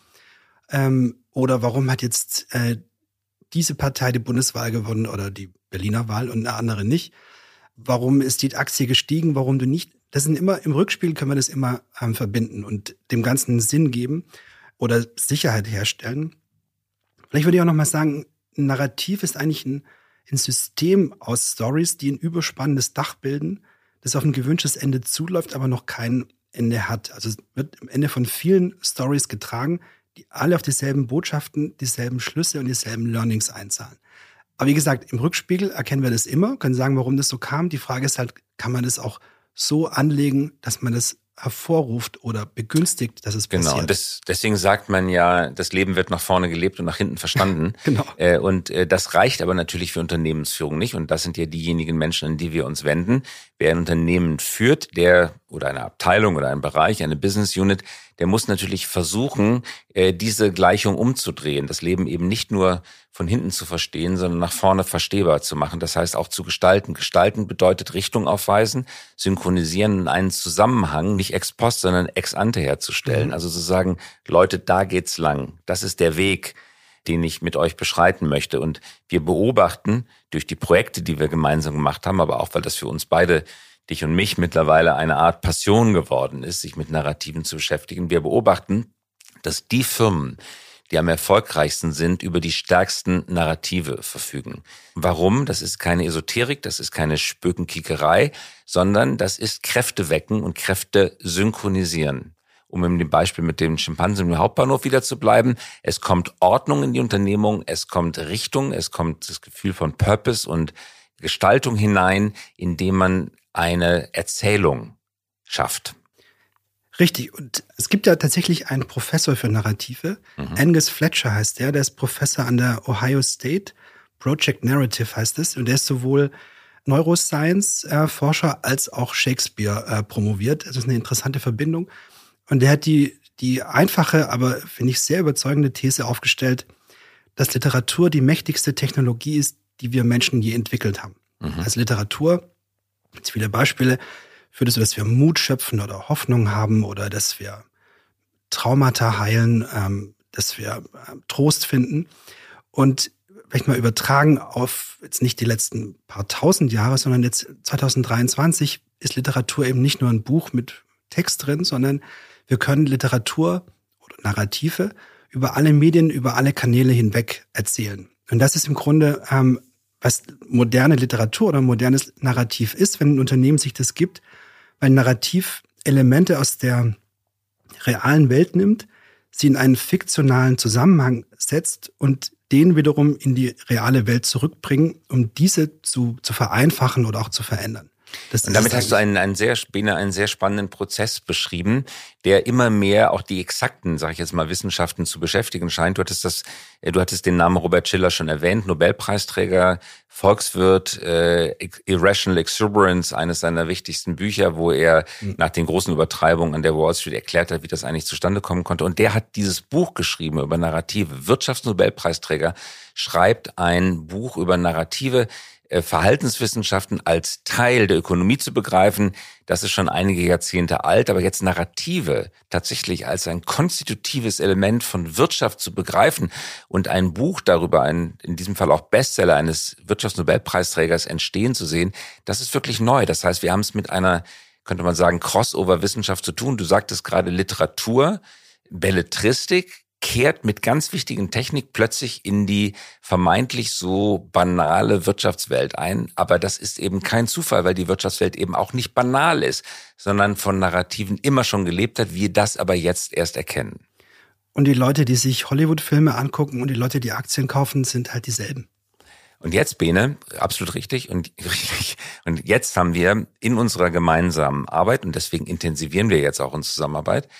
Ähm, oder warum hat jetzt äh, diese Partei die Bundeswahl gewonnen oder die Berliner Wahl und eine andere nicht? Warum ist die Aktie gestiegen, warum du nicht? Das sind immer, im Rückspiel können wir das immer ähm, verbinden und dem Ganzen einen Sinn geben oder Sicherheit herstellen. Vielleicht würde ich auch noch mal sagen, ein Narrativ ist eigentlich ein ein System aus Stories, die ein überspannendes Dach bilden, das auf ein gewünschtes Ende zuläuft, aber noch kein Ende hat. Also es wird am Ende von vielen Stories getragen, die alle auf dieselben Botschaften, dieselben Schlüsse und dieselben Learnings einzahlen. Aber wie gesagt, im Rückspiegel erkennen wir das immer, können sagen, warum das so kam. Die Frage ist halt, kann man das auch so anlegen, dass man das hervorruft oder begünstigt, dass es passiert. Genau, und das, deswegen sagt man ja, das Leben wird nach vorne gelebt und nach hinten verstanden. Genau. Äh, und äh, das reicht aber natürlich für Unternehmensführung nicht. Und das sind ja diejenigen Menschen, an die wir uns wenden. Wer ein Unternehmen führt, der oder eine Abteilung oder ein Bereich, eine Business Unit, der muss natürlich versuchen, äh, diese Gleichung umzudrehen. Das Leben eben nicht nur von hinten zu verstehen, sondern nach vorne verstehbar zu machen. Das heißt auch zu gestalten. Gestalten bedeutet Richtung aufweisen, synchronisieren, einen Zusammenhang, nicht ex post, sondern ex ante herzustellen. Mhm. Also zu sagen, Leute, da geht's lang. Das ist der Weg, den ich mit euch beschreiten möchte. Und wir beobachten durch die Projekte, die wir gemeinsam gemacht haben, aber auch, weil das für uns beide, dich und mich, mittlerweile eine Art Passion geworden ist, sich mit Narrativen zu beschäftigen. Wir beobachten, dass die Firmen, die am erfolgreichsten sind, über die stärksten Narrative verfügen. Warum? Das ist keine Esoterik, das ist keine Spökenkickerei, sondern das ist Kräfte wecken und Kräfte synchronisieren. Um in dem Beispiel mit dem Schimpansen im Hauptbahnhof wieder zu bleiben, es kommt Ordnung in die Unternehmung, es kommt Richtung, es kommt das Gefühl von Purpose und Gestaltung hinein, indem man eine Erzählung schafft. Richtig. Und es gibt ja tatsächlich einen Professor für Narrative. Mhm. Angus Fletcher heißt der. Der ist Professor an der Ohio State. Project Narrative heißt es. Und der ist sowohl Neuroscience-Forscher als auch Shakespeare äh, promoviert. Das ist eine interessante Verbindung. Und der hat die, die einfache, aber finde ich sehr überzeugende These aufgestellt, dass Literatur die mächtigste Technologie ist, die wir Menschen je entwickelt haben. Mhm. Also Literatur, jetzt viele Beispiele, für das, dass wir Mut schöpfen oder Hoffnung haben oder dass wir Traumata heilen, ähm, dass wir äh, Trost finden. Und vielleicht mal übertragen auf jetzt nicht die letzten paar tausend Jahre, sondern jetzt zwanzig dreiundzwanzig ist Literatur eben nicht nur ein Buch mit Text drin, sondern wir können Literatur oder Narrative über alle Medien, über alle Kanäle hinweg erzählen. Und das ist im Grunde, ähm, was moderne Literatur oder modernes Narrativ ist, wenn ein Unternehmen sich das gibt, weil Narrativ Elemente aus der realen Welt nimmt, sie in einen fiktionalen Zusammenhang setzt und den wiederum in die reale Welt zurückbringen, um diese zu, zu vereinfachen oder auch zu verändern. Das, und damit hast du einen, einen sehr, einen sehr spannenden Prozess beschrieben, der immer mehr auch die exakten, sage ich jetzt mal, Wissenschaften zu beschäftigen scheint. Du hattest das, du hattest den Namen Robert Shiller schon erwähnt, Nobelpreisträger, Volkswirt, äh, Irrational Exuberance, eines seiner wichtigsten Bücher, wo er mhm. nach den großen Übertreibungen an der Wall Street erklärt hat, wie das eigentlich zustande kommen konnte. Und der hat dieses Buch geschrieben über Narrative. Wirtschaftsnobelpreisträger schreibt ein Buch über Narrative, Verhaltenswissenschaften als Teil der Ökonomie zu begreifen, das ist schon einige Jahrzehnte alt, aber jetzt Narrative tatsächlich als ein konstitutives Element von Wirtschaft zu begreifen und ein Buch darüber, ein, in diesem Fall auch Bestseller eines Wirtschaftsnobelpreisträgers entstehen zu sehen, das ist wirklich neu. Das heißt, wir haben es mit einer, könnte man sagen, Crossover-Wissenschaft zu tun. Du sagtest gerade Literatur, Belletristik, kehrt mit ganz wichtigen Technik plötzlich in die vermeintlich so banale Wirtschaftswelt ein. Aber das ist eben kein Zufall, weil die Wirtschaftswelt eben auch nicht banal ist, sondern von Narrativen immer schon gelebt hat, wir das aber jetzt erst erkennen. Und die Leute, die sich Hollywood-Filme angucken und die Leute, die Aktien kaufen, sind halt dieselben. Und jetzt, Bene, absolut richtig und richtig. Und jetzt haben wir in unserer gemeinsamen Arbeit, und deswegen intensivieren wir jetzt auch unsere Zusammenarbeit,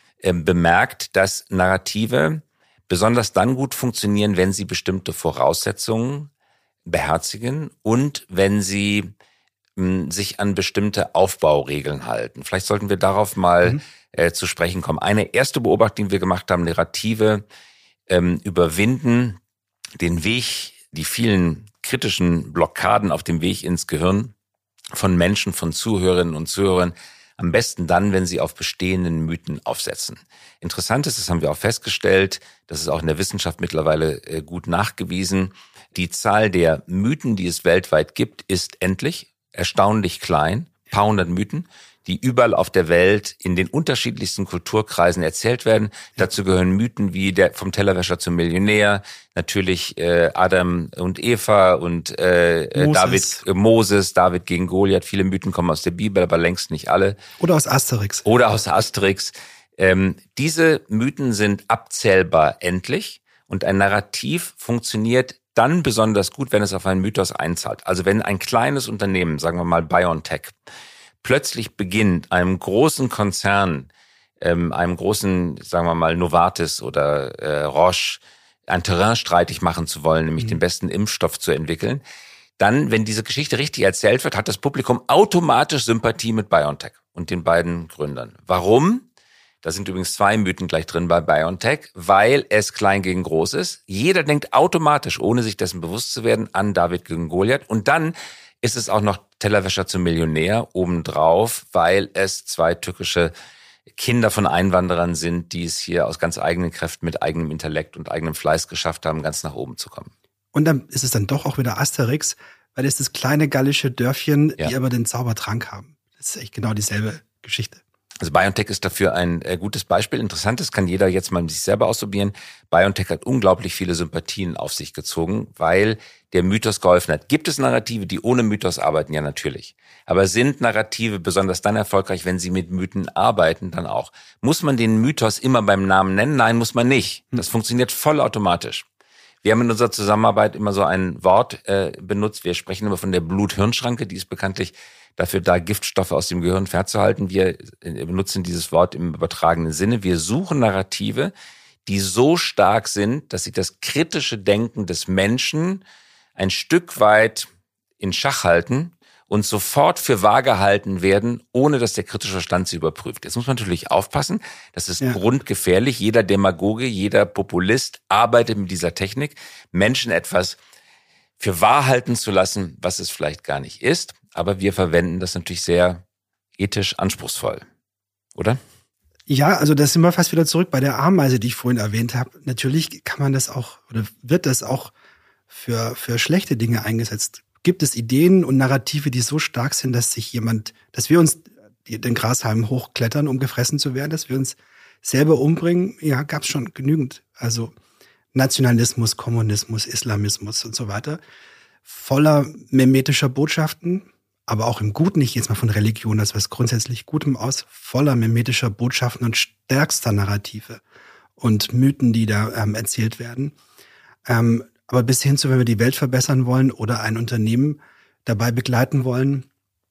bemerkt, dass Narrative besonders dann gut funktionieren, wenn sie bestimmte Voraussetzungen beherzigen und wenn sie mh, sich an bestimmte Aufbauregeln halten. Vielleicht sollten wir darauf mal mhm. äh, zu sprechen kommen. Eine erste Beobachtung, die wir gemacht haben, Narrative ähm, überwinden den Weg, die vielen kritischen Blockaden auf dem Weg ins Gehirn von Menschen, von Zuhörerinnen und Zuhörern, am besten dann, wenn sie auf bestehenden Mythen aufsetzen. Interessant ist, das haben wir auch festgestellt, das ist auch in der Wissenschaft mittlerweile gut nachgewiesen, die Zahl der Mythen, die es weltweit gibt, ist endlich, erstaunlich klein, ein paar hundert Mythen, die überall auf der Welt in den unterschiedlichsten Kulturkreisen erzählt werden. Dazu gehören Mythen wie der vom Tellerwäscher zum Millionär, natürlich äh, Adam und Eva und äh, Moses. David, äh, Moses, David gegen Goliath. Viele Mythen kommen aus der Bibel, aber längst nicht alle. Oder aus Asterix. Oder aus Asterix. Ähm, diese Mythen sind abzählbar endlich und ein Narrativ funktioniert dann besonders gut, wenn es auf einen Mythos einzahlt. Also wenn ein kleines Unternehmen, sagen wir mal BioNTech, plötzlich beginnt, einem großen Konzern, ähm, einem großen, sagen wir mal, Novartis oder äh, Roche, ein Terrain streitig machen zu wollen, nämlich mhm. den besten Impfstoff zu entwickeln, dann, wenn diese Geschichte richtig erzählt wird, hat das Publikum automatisch Sympathie mit BioNTech und den beiden Gründern. Warum? Da sind übrigens zwei Mythen gleich drin bei BioNTech, weil es klein gegen groß ist. Jeder denkt automatisch, ohne sich dessen bewusst zu werden, an David gegen Goliath. Und dann ist es auch noch Tellerwäscher zum Millionär obendrauf, weil es zwei türkische Kinder von Einwanderern sind, die es hier aus ganz eigenen Kräften mit eigenem Intellekt und eigenem Fleiß geschafft haben, ganz nach oben zu kommen. Und dann ist es dann doch auch wieder Asterix, weil es das kleine gallische Dörfchen, ja. die aber den Zaubertrank haben. Das ist echt genau dieselbe Geschichte. Also BioNTech ist dafür ein äh, gutes Beispiel. Interessant, das kann jeder jetzt mal mit sich selber ausprobieren. BioNTech hat unglaublich viele Sympathien auf sich gezogen, weil der Mythos geholfen hat. Gibt es Narrative, die ohne Mythos arbeiten? Ja, natürlich. Aber sind Narrative besonders dann erfolgreich, wenn sie mit Mythen arbeiten? Dann auch. Muss man den Mythos immer beim Namen nennen? Nein, muss man nicht. Das funktioniert vollautomatisch. Wir haben in unserer Zusammenarbeit immer so ein Wort äh, benutzt. Wir sprechen immer von der Blut-Hirn-Schranke. Die ist bekanntlich dafür da, Giftstoffe aus dem Gehirn fernzuhalten. Wir benutzen dieses Wort im übertragenen Sinne. Wir suchen Narrative, die so stark sind, dass sie das kritische Denken des Menschen ein Stück weit in Schach halten und sofort für wahr gehalten werden, ohne dass der kritische Verstand sie überprüft. Jetzt muss man natürlich aufpassen, das ist ja. grundgefährlich. Jeder Demagoge, jeder Populist arbeitet mit dieser Technik, Menschen etwas für wahr halten zu lassen, was es vielleicht gar nicht ist. Aber wir verwenden das natürlich sehr ethisch anspruchsvoll, oder? Ja, also da sind wir fast wieder zurück bei der Ameise, die ich vorhin erwähnt habe. Natürlich kann man das auch, oder wird das auch für, für schlechte Dinge eingesetzt. Gibt es Ideen und Narrative, die so stark sind, dass sich jemand, dass wir uns den Grashalm hochklettern, um gefressen zu werden, dass wir uns selber umbringen? Ja, gab es schon genügend. Also Nationalismus, Kommunismus, Islamismus und so weiter. Voller memetischer Botschaften, aber auch im Guten, ich gehe jetzt mal von Religion, als was grundsätzlich Gutem aus, voller memetischer Botschaften und stärkster Narrative und Mythen, die da ähm, erzählt werden. Ähm, aber bis hin zu, wenn wir die Welt verbessern wollen oder ein Unternehmen dabei begleiten wollen,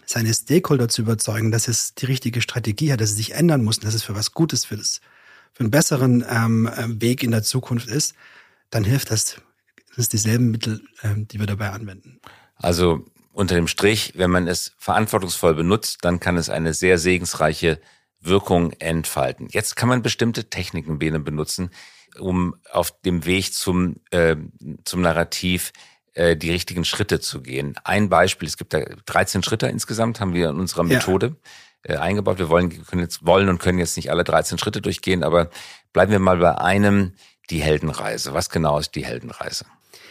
seine Stakeholder zu überzeugen, dass es die richtige Strategie hat, dass es sich ändern muss, dass es für was Gutes, für, das, für einen besseren ähm, Weg in der Zukunft ist, dann hilft das, das ist dieselben Mittel, ähm, die wir dabei anwenden. Also unter dem Strich, wenn man es verantwortungsvoll benutzt, dann kann es eine sehr segensreiche Wirkung entfalten. Jetzt kann man bestimmte Techniken benutzen, um auf dem Weg zum, äh, zum Narrativ äh, die richtigen Schritte zu gehen. Ein Beispiel, es gibt da dreizehn Schritte insgesamt, haben wir in unserer Methode ja. äh, eingebaut. Wir wollen, können jetzt, wollen und können jetzt nicht alle dreizehn Schritte durchgehen, aber bleiben wir mal bei einem, die Heldenreise. Was genau ist die Heldenreise?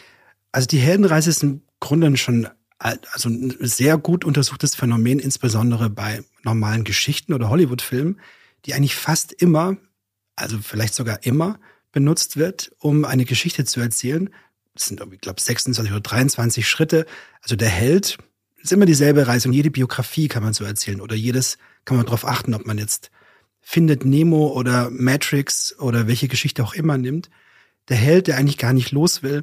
Also die Heldenreise ist im Grunde schon also ein sehr gut untersuchtes Phänomen, insbesondere bei normalen Geschichten oder Hollywood-Filmen, die eigentlich fast immer, also vielleicht sogar immer, benutzt wird, um eine Geschichte zu erzählen. Das sind, ich glaube, sechsundzwanzig oder dreiundzwanzig Schritte. Also der Held ist immer dieselbe Reise und jede Biografie kann man so erzählen oder jedes kann man darauf achten, ob man jetzt Findet Nemo oder Matrix oder welche Geschichte auch immer nimmt. Der Held, der eigentlich gar nicht los will,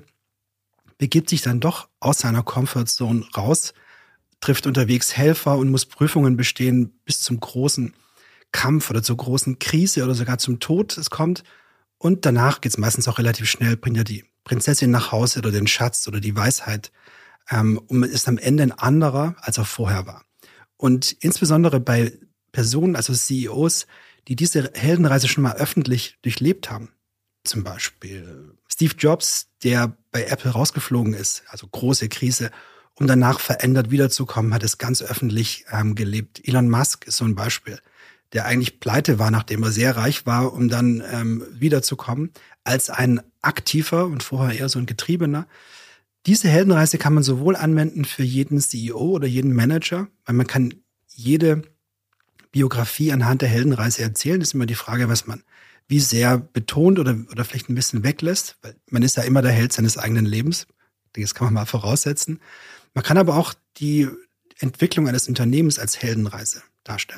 begibt sich dann doch aus seiner Comfortzone raus, trifft unterwegs Helfer und muss Prüfungen bestehen bis zum großen Kampf oder zur großen Krise oder sogar zum Tod. Es kommt und danach geht's meistens auch relativ schnell, bringt er die Prinzessin nach Hause oder den Schatz oder die Weisheit ähm, und ist am Ende ein anderer, als er vorher war. Und insbesondere bei Personen, also C E Os, die diese Heldenreise schon mal öffentlich durchlebt haben, zum Beispiel Steve Jobs, der bei Apple rausgeflogen ist, also große Krise, um danach verändert wiederzukommen, hat es ganz öffentlich ähm, gelebt. Elon Musk ist so ein Beispiel, der eigentlich pleite war, nachdem er sehr reich war, um dann ähm, wiederzukommen, als ein aktiver und vorher eher so ein Getriebener. Diese Heldenreise kann man sowohl anwenden für jeden C E O oder jeden Manager, weil man kann jede Biografie anhand der Heldenreise erzählen. Das ist immer die Frage, was man wie sehr betont oder, oder vielleicht ein bisschen weglässt, weil man ist ja immer der Held seines eigenen Lebens. Das kann man mal voraussetzen. Man kann aber auch die Entwicklung eines Unternehmens als Heldenreise darstellen.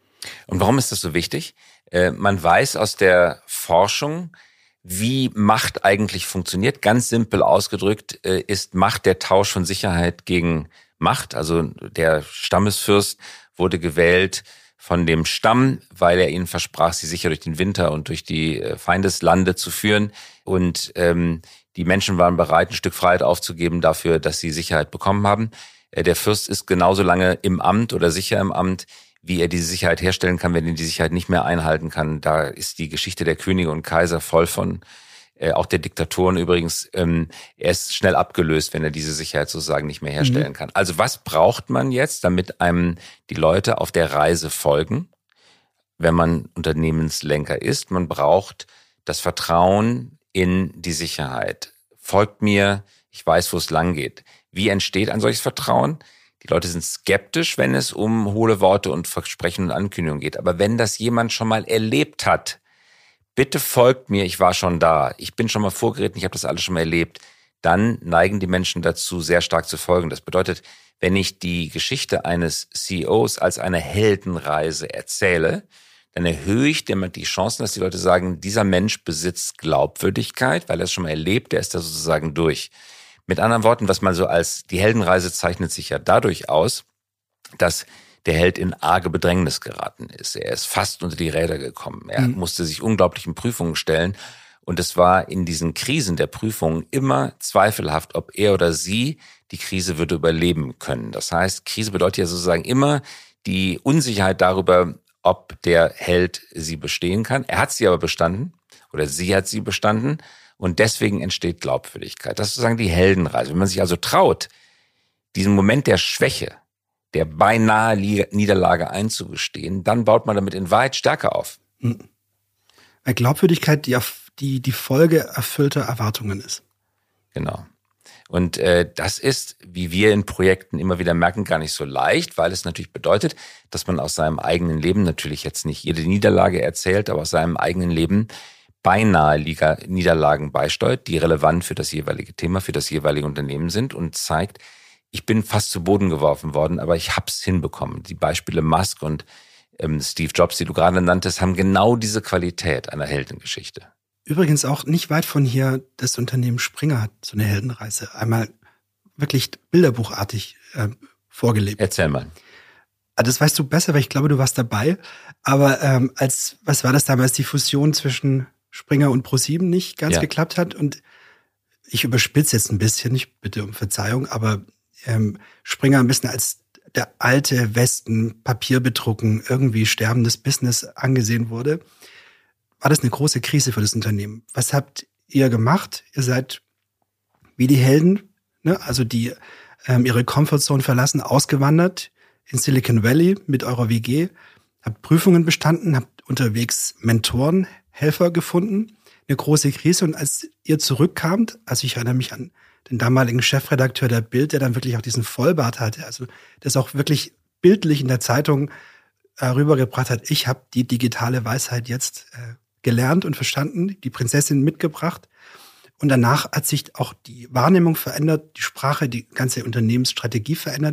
Und warum ist das so wichtig? Äh, man weiß aus der Forschung, wie Macht eigentlich funktioniert. Ganz simpel ausgedrückt äh, ist Macht der Tausch von Sicherheit gegen Macht. Also der Stammesfürst wurde gewählt von dem Stamm, weil er ihnen versprach, sie sicher durch den Winter und durch die Feindeslande zu führen. Und ähm, die Menschen waren bereit, ein Stück Freiheit aufzugeben dafür, dass sie Sicherheit bekommen haben. Äh, der Fürst ist genauso lange im Amt oder sicher im Amt, wie er diese Sicherheit herstellen kann, wenn er die Sicherheit nicht mehr einhalten kann. Da ist die Geschichte der Könige und Kaiser voll von, äh, auch der Diktatoren übrigens. Ähm, er ist schnell abgelöst, wenn er diese Sicherheit sozusagen nicht mehr herstellen mhm. kann. Also was braucht man jetzt, damit einem die Leute auf der Reise folgen, wenn man Unternehmenslenker ist? Man braucht das Vertrauen in die Sicherheit. Folgt mir, ich weiß, wo es lang geht. Wie entsteht ein solches Vertrauen? Die Leute sind skeptisch, wenn es um hohle Worte und Versprechen und Ankündigungen geht. Aber wenn das jemand schon mal erlebt hat, bitte folgt mir, ich war schon da, ich bin schon mal vorgeritten, ich habe das alles schon mal erlebt, dann neigen die Menschen dazu, sehr stark zu folgen. Das bedeutet, wenn ich die Geschichte eines C E Os als eine Heldenreise erzähle, dann erhöhe ich damit die Chancen, dass die Leute sagen, dieser Mensch besitzt Glaubwürdigkeit, weil er es schon mal erlebt, der ist da sozusagen durch. Mit anderen Worten, was man so als die Heldenreise zeichnet sich ja dadurch aus, dass der Held in arge Bedrängnis geraten ist. Er ist fast unter die Räder gekommen. Er mhm. musste sich unglaublichen Prüfungen stellen. Und es war in diesen Krisen der Prüfungen immer zweifelhaft, ob er oder sie die Krise würde überleben können. Das heißt, Krise bedeutet ja sozusagen immer die Unsicherheit darüber, ob der Held sie bestehen kann. Er hat sie aber bestanden oder sie hat sie bestanden. Und deswegen entsteht Glaubwürdigkeit. Das ist sozusagen die Heldenreise. Wenn man sich also traut, diesen Moment der Schwäche, der beinahe Niederlage einzugestehen, dann baut man damit in Wahrheit Stärke auf. Weil Glaubwürdigkeit die, die, die Folge erfüllter Erwartungen ist. Genau. Und äh, das ist, wie wir in Projekten immer wieder merken, gar nicht so leicht, weil es natürlich bedeutet, dass man aus seinem eigenen Leben natürlich jetzt nicht jede Niederlage erzählt, aber aus seinem eigenen Leben beinahe Niederlagen beisteuert, die relevant für das jeweilige Thema, für das jeweilige Unternehmen sind und zeigt, ich bin fast zu Boden geworfen worden, aber ich hab's hinbekommen. Die Beispiele Musk und ähm, Steve Jobs, die du gerade nanntest, haben genau diese Qualität einer Heldengeschichte. Übrigens auch nicht weit von hier, das Unternehmen Springer hat so eine Heldenreise einmal wirklich bilderbuchartig äh, vorgelebt. Erzähl mal. das weißt du besser, weil ich glaube, du warst dabei. Aber ähm, als, was war das damals, die Fusion zwischen Springer und ProSieben nicht ganz ja. geklappt hat. Und ich überspitze jetzt ein bisschen, ich bitte um Verzeihung, aber ähm, Springer ein bisschen als der alte Westen, Papier bedrucken, irgendwie sterbendes Business angesehen wurde, war das eine große Krise für das Unternehmen. Was habt ihr gemacht? Ihr seid wie die Helden, ne? Also die ähm, ihre Comfortzone verlassen, ausgewandert in Silicon Valley mit eurer W G, habt Prüfungen bestanden, habt unterwegs Mentoren, Helfer gefunden, eine große Krise. Und als ihr zurückkamt, also ich erinnere mich an den damaligen Chefredakteur der Bild, der dann wirklich auch diesen Vollbart hatte, also das auch wirklich bildlich in der Zeitung äh, rübergebracht hat, ich habe die digitale Weisheit jetzt äh, gelernt und verstanden, die Prinzessin mitgebracht. Und danach hat sich auch die Wahrnehmung verändert, die Sprache, die ganze Unternehmensstrategie verändert.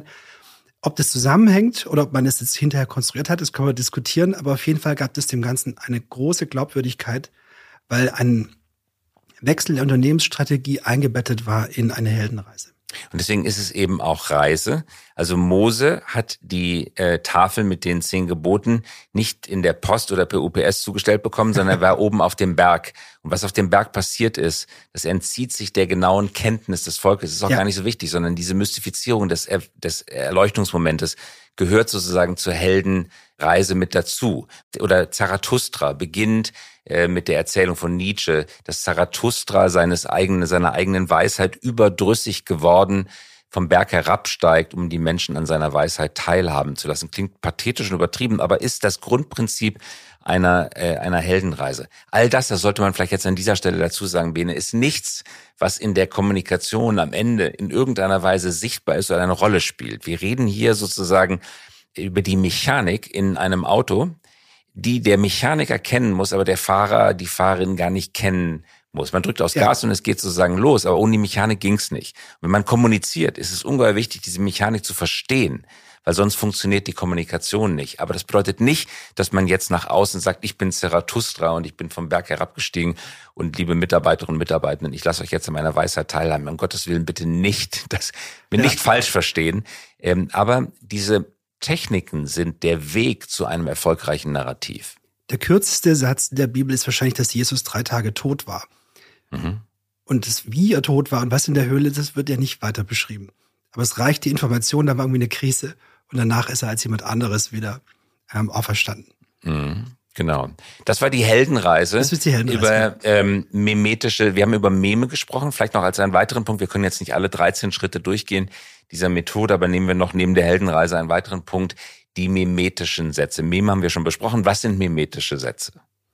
Ob das zusammenhängt oder ob man es jetzt hinterher konstruiert hat, das können wir diskutieren. Aber auf jeden Fall gab es dem Ganzen eine große Glaubwürdigkeit, weil ein Wechsel der Unternehmensstrategie eingebettet war in eine Heldenreise. Und deswegen ist es eben auch Reise. Also Mose hat die äh, Tafel mit den zehn Geboten nicht in der Post oder per U P S zugestellt bekommen, sondern er war oben auf dem Berg. Und was auf dem Berg passiert ist, das entzieht sich der genauen Kenntnis des Volkes. Das ist auch ja. gar nicht so wichtig, sondern diese Mystifizierung des, er- des Erleuchtungsmomentes gehört sozusagen zur Heldenreise mit dazu. Oder Zarathustra beginnt äh, mit der Erzählung von Nietzsche, dass Zarathustra seines eigenen, seiner eigenen Weisheit überdrüssig geworden vom Berg herabsteigt, um die Menschen an seiner Weisheit teilhaben zu lassen. Klingt pathetisch und übertrieben, aber ist das Grundprinzip einer äh, einer Heldenreise. All das, das sollte man vielleicht jetzt an dieser Stelle dazu sagen, Bene, ist nichts, was in der Kommunikation am Ende in irgendeiner Weise sichtbar ist oder eine Rolle spielt. Wir reden hier sozusagen über die Mechanik in einem Auto, die der Mechaniker kennen muss, aber der Fahrer, die Fahrerin gar nicht kennen muss. Man drückt aufs ja. Gas und es geht sozusagen los, aber ohne die Mechanik ging's nicht. Und wenn man kommuniziert, ist es ungeheuer wichtig, diese Mechanik zu verstehen, weil sonst funktioniert die Kommunikation nicht. Aber das bedeutet nicht, dass man jetzt nach außen sagt, ich bin Zarathustra und ich bin vom Berg herabgestiegen und liebe Mitarbeiterinnen und Mitarbeiter, ich lasse euch jetzt an meiner Weisheit teilhaben. Um Gottes Willen bitte nicht, das wir ja. nicht falsch verstehen. Ähm, aber diese Techniken sind der Weg zu einem erfolgreichen Narrativ. Der kürzeste Satz der Bibel ist wahrscheinlich, dass Jesus drei Tage tot war. Mhm. Und das, wie er tot war und was in der Höhle, das wird ja nicht weiter beschrieben. Aber es reicht die Information, da war irgendwie eine Krise und danach ist er als jemand anderes wieder ähm, auferstanden. Mhm. Genau. Das war die Heldenreise. Das ist die Heldenreise. Über ähm, memetische, wir haben über Meme gesprochen, vielleicht noch als einen weiteren Punkt. Wir können jetzt nicht alle dreizehn Schritte durchgehen dieser Methode, aber nehmen wir noch neben der Heldenreise einen weiteren Punkt, die memetischen Sätze. Meme haben wir schon besprochen. Was sind memetische Sätze?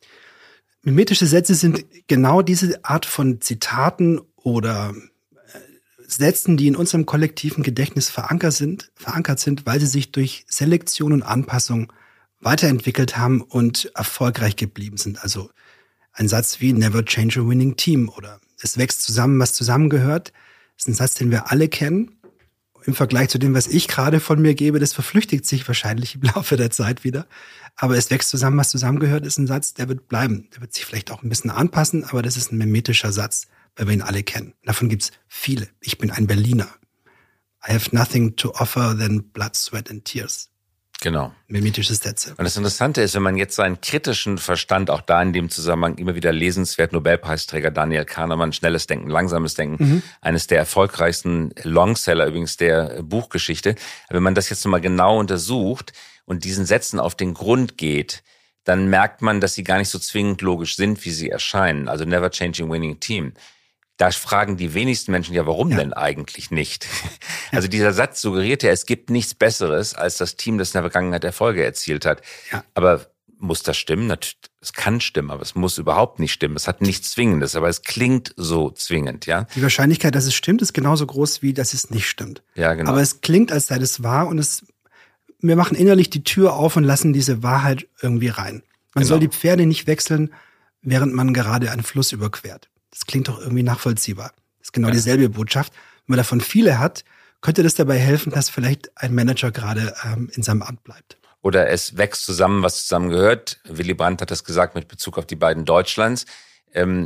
Mimetische Sätze sind genau diese Art von Zitaten oder Sätzen, die in unserem kollektiven Gedächtnis verankert sind, verankert sind, weil sie sich durch Selektion und Anpassung weiterentwickelt haben und erfolgreich geblieben sind. Also ein Satz wie Never change a winning team oder es wächst zusammen, was zusammengehört. Das ist ein Satz, den wir alle kennen. Im Vergleich zu dem, was ich gerade von mir gebe, das verflüchtigt sich wahrscheinlich im Laufe der Zeit wieder. Aber es wächst zusammen, was zusammengehört, ist ein Satz, der wird bleiben. Der wird sich vielleicht auch ein bisschen anpassen, aber das ist ein mimetischer Satz, weil wir ihn alle kennen. Davon gibt's viele. Ich bin ein Berliner. I have nothing to offer than blood, sweat and tears. Genau. Mimetische Sätze. Und das Interessante ist, wenn man jetzt seinen kritischen Verstand, auch da in dem Zusammenhang immer wieder lesenswert, Nobelpreisträger Daniel Kahnemann, Schnelles Denken, Langsames Denken, mhm. eines der erfolgreichsten Longseller übrigens der Buchgeschichte. Wenn man das jetzt nochmal genau untersucht und diesen Sätzen auf den Grund geht, dann merkt man, dass sie gar nicht so zwingend logisch sind, wie sie erscheinen. Also never changing winning team. Da fragen die wenigsten Menschen, ja, warum ja. denn eigentlich nicht? Ja. Also dieser Satz suggeriert ja, es gibt nichts Besseres als das Team, das in der Vergangenheit Erfolge erzielt hat. Ja. Aber muss das stimmen? Es kann stimmen, aber es muss überhaupt nicht stimmen. Es hat nichts Zwingendes, aber es klingt so zwingend, ja? Die Wahrscheinlichkeit, dass es stimmt, ist genauso groß, wie dass es nicht stimmt. Ja, genau. Aber es klingt, als sei das wahr und es, wir machen innerlich die Tür auf und lassen diese Wahrheit irgendwie rein. Man genau. soll die Pferde nicht wechseln, während man gerade einen Fluss überquert. Das klingt doch irgendwie nachvollziehbar. Das ist genau ja. dieselbe Botschaft. Wenn man davon viele hat, könnte das dabei helfen, dass vielleicht ein Manager gerade ähm, in seinem Amt bleibt. Oder es wächst zusammen, was zusammengehört. Willy Brandt hat das gesagt mit Bezug auf die beiden Deutschlands. Ähm,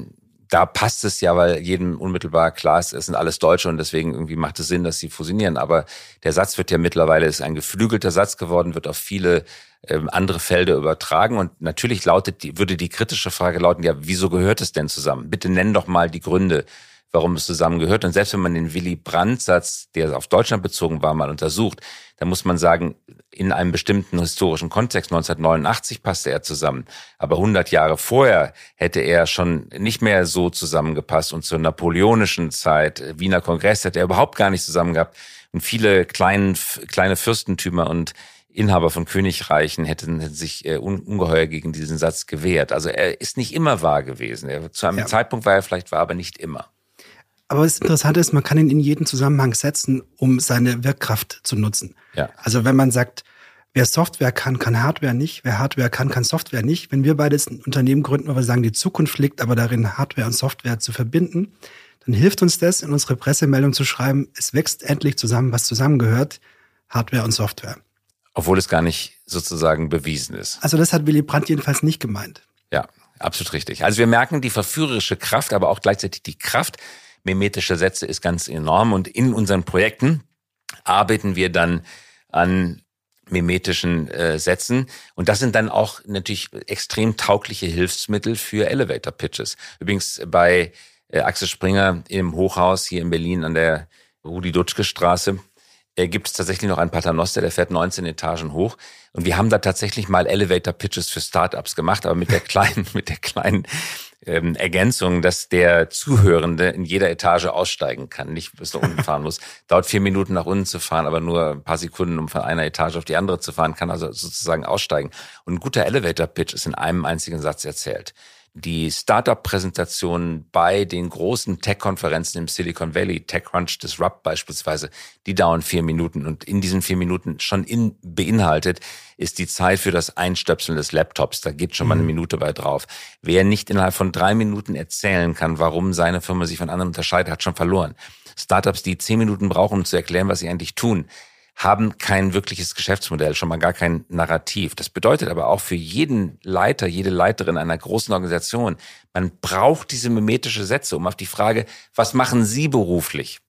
da passt es ja, weil jedem unmittelbar klar ist, es sind alles Deutsche und deswegen irgendwie macht es Sinn, dass sie fusionieren. Aber der Satz wird ja mittlerweile, ist ein geflügelter Satz geworden, wird auf viele ähm, andere Felder übertragen. Und natürlich lautet die, würde die kritische Frage lauten, ja, wieso gehört es denn zusammen? Bitte nenn doch mal die Gründe, warum es zusammengehört. Und selbst wenn man den Willy Brandt-Satz, der auf Deutschland bezogen war, mal untersucht, dann muss man sagen, in einem bestimmten historischen Kontext, neunzehnhundertneunundachtzig passte er zusammen. Aber hundert Jahre vorher hätte er schon nicht mehr so zusammengepasst. Und zur napoleonischen Zeit, Wiener Kongress, hätte er überhaupt gar nicht zusammengehabt. Und viele kleinen, kleine Fürstentümer und Inhaber von Königreichen hätten sich äh, ungeheuer gegen diesen Satz gewehrt. Also er ist nicht immer wahr gewesen. Er, zu einem ja. Zeitpunkt war er vielleicht wahr, aber nicht immer. Aber das Interessante ist, man kann ihn in jeden Zusammenhang setzen, um seine Wirkkraft zu nutzen. Ja. Also wenn man sagt, wer Software kann, kann Hardware nicht. Wer Hardware kann, kann Software nicht. Wenn wir beides ein Unternehmen gründen, wo wir sagen, die Zukunft liegt aber darin, Hardware und Software zu verbinden, dann hilft uns das, in unsere Pressemeldung zu schreiben, es wächst endlich zusammen, was zusammengehört, Hardware und Software. Obwohl es gar nicht sozusagen bewiesen ist. Also das hat Willy Brandt jedenfalls nicht gemeint. Ja, absolut richtig. Also wir merken die verführerische Kraft, aber auch gleichzeitig die Kraft mimetischer Sätze ist ganz enorm. Und in unseren Projekten arbeiten wir dann an mimetischen äh, Sätzen. Und das sind dann auch natürlich extrem taugliche Hilfsmittel für Elevator Pitches. Übrigens bei äh, Axel Springer im Hochhaus hier in Berlin an der Rudi-Dutschke-Straße äh, gibt es tatsächlich noch einen Paternoster, der fährt neunzehn Etagen hoch. Und wir haben da tatsächlich mal Elevator Pitches für Startups gemacht, aber mit der kleinen, mit der kleinen ähm, Ergänzung, dass der Zuhörende in jeder Etage aussteigen kann, nicht bis nach unten fahren muss. Dauert vier Minuten nach unten zu fahren, aber nur ein paar Sekunden, um von einer Etage auf die andere zu fahren, kann also sozusagen aussteigen. Und ein guter Elevator Pitch ist in einem einzigen Satz erzählt. Die Startup-Präsentationen bei den großen Tech-Konferenzen im Silicon Valley, TechCrunch, Disrupt beispielsweise, die dauern vier Minuten. Und in diesen vier Minuten schon in, beinhaltet ist die Zeit für das Einstöpseln des Laptops. Da geht schon mal eine Minute bei drauf. Wer nicht innerhalb von drei Minuten erzählen kann, warum seine Firma sich von anderen unterscheidet, hat schon verloren. Startups, die zehn Minuten brauchen, um zu erklären, was sie eigentlich tun, haben kein wirkliches Geschäftsmodell, schon mal gar kein Narrativ. Das bedeutet aber auch für jeden Leiter, jede Leiterin einer großen Organisation, man braucht diese mimetische Sätze, um auf die Frage, was machen Sie beruflich,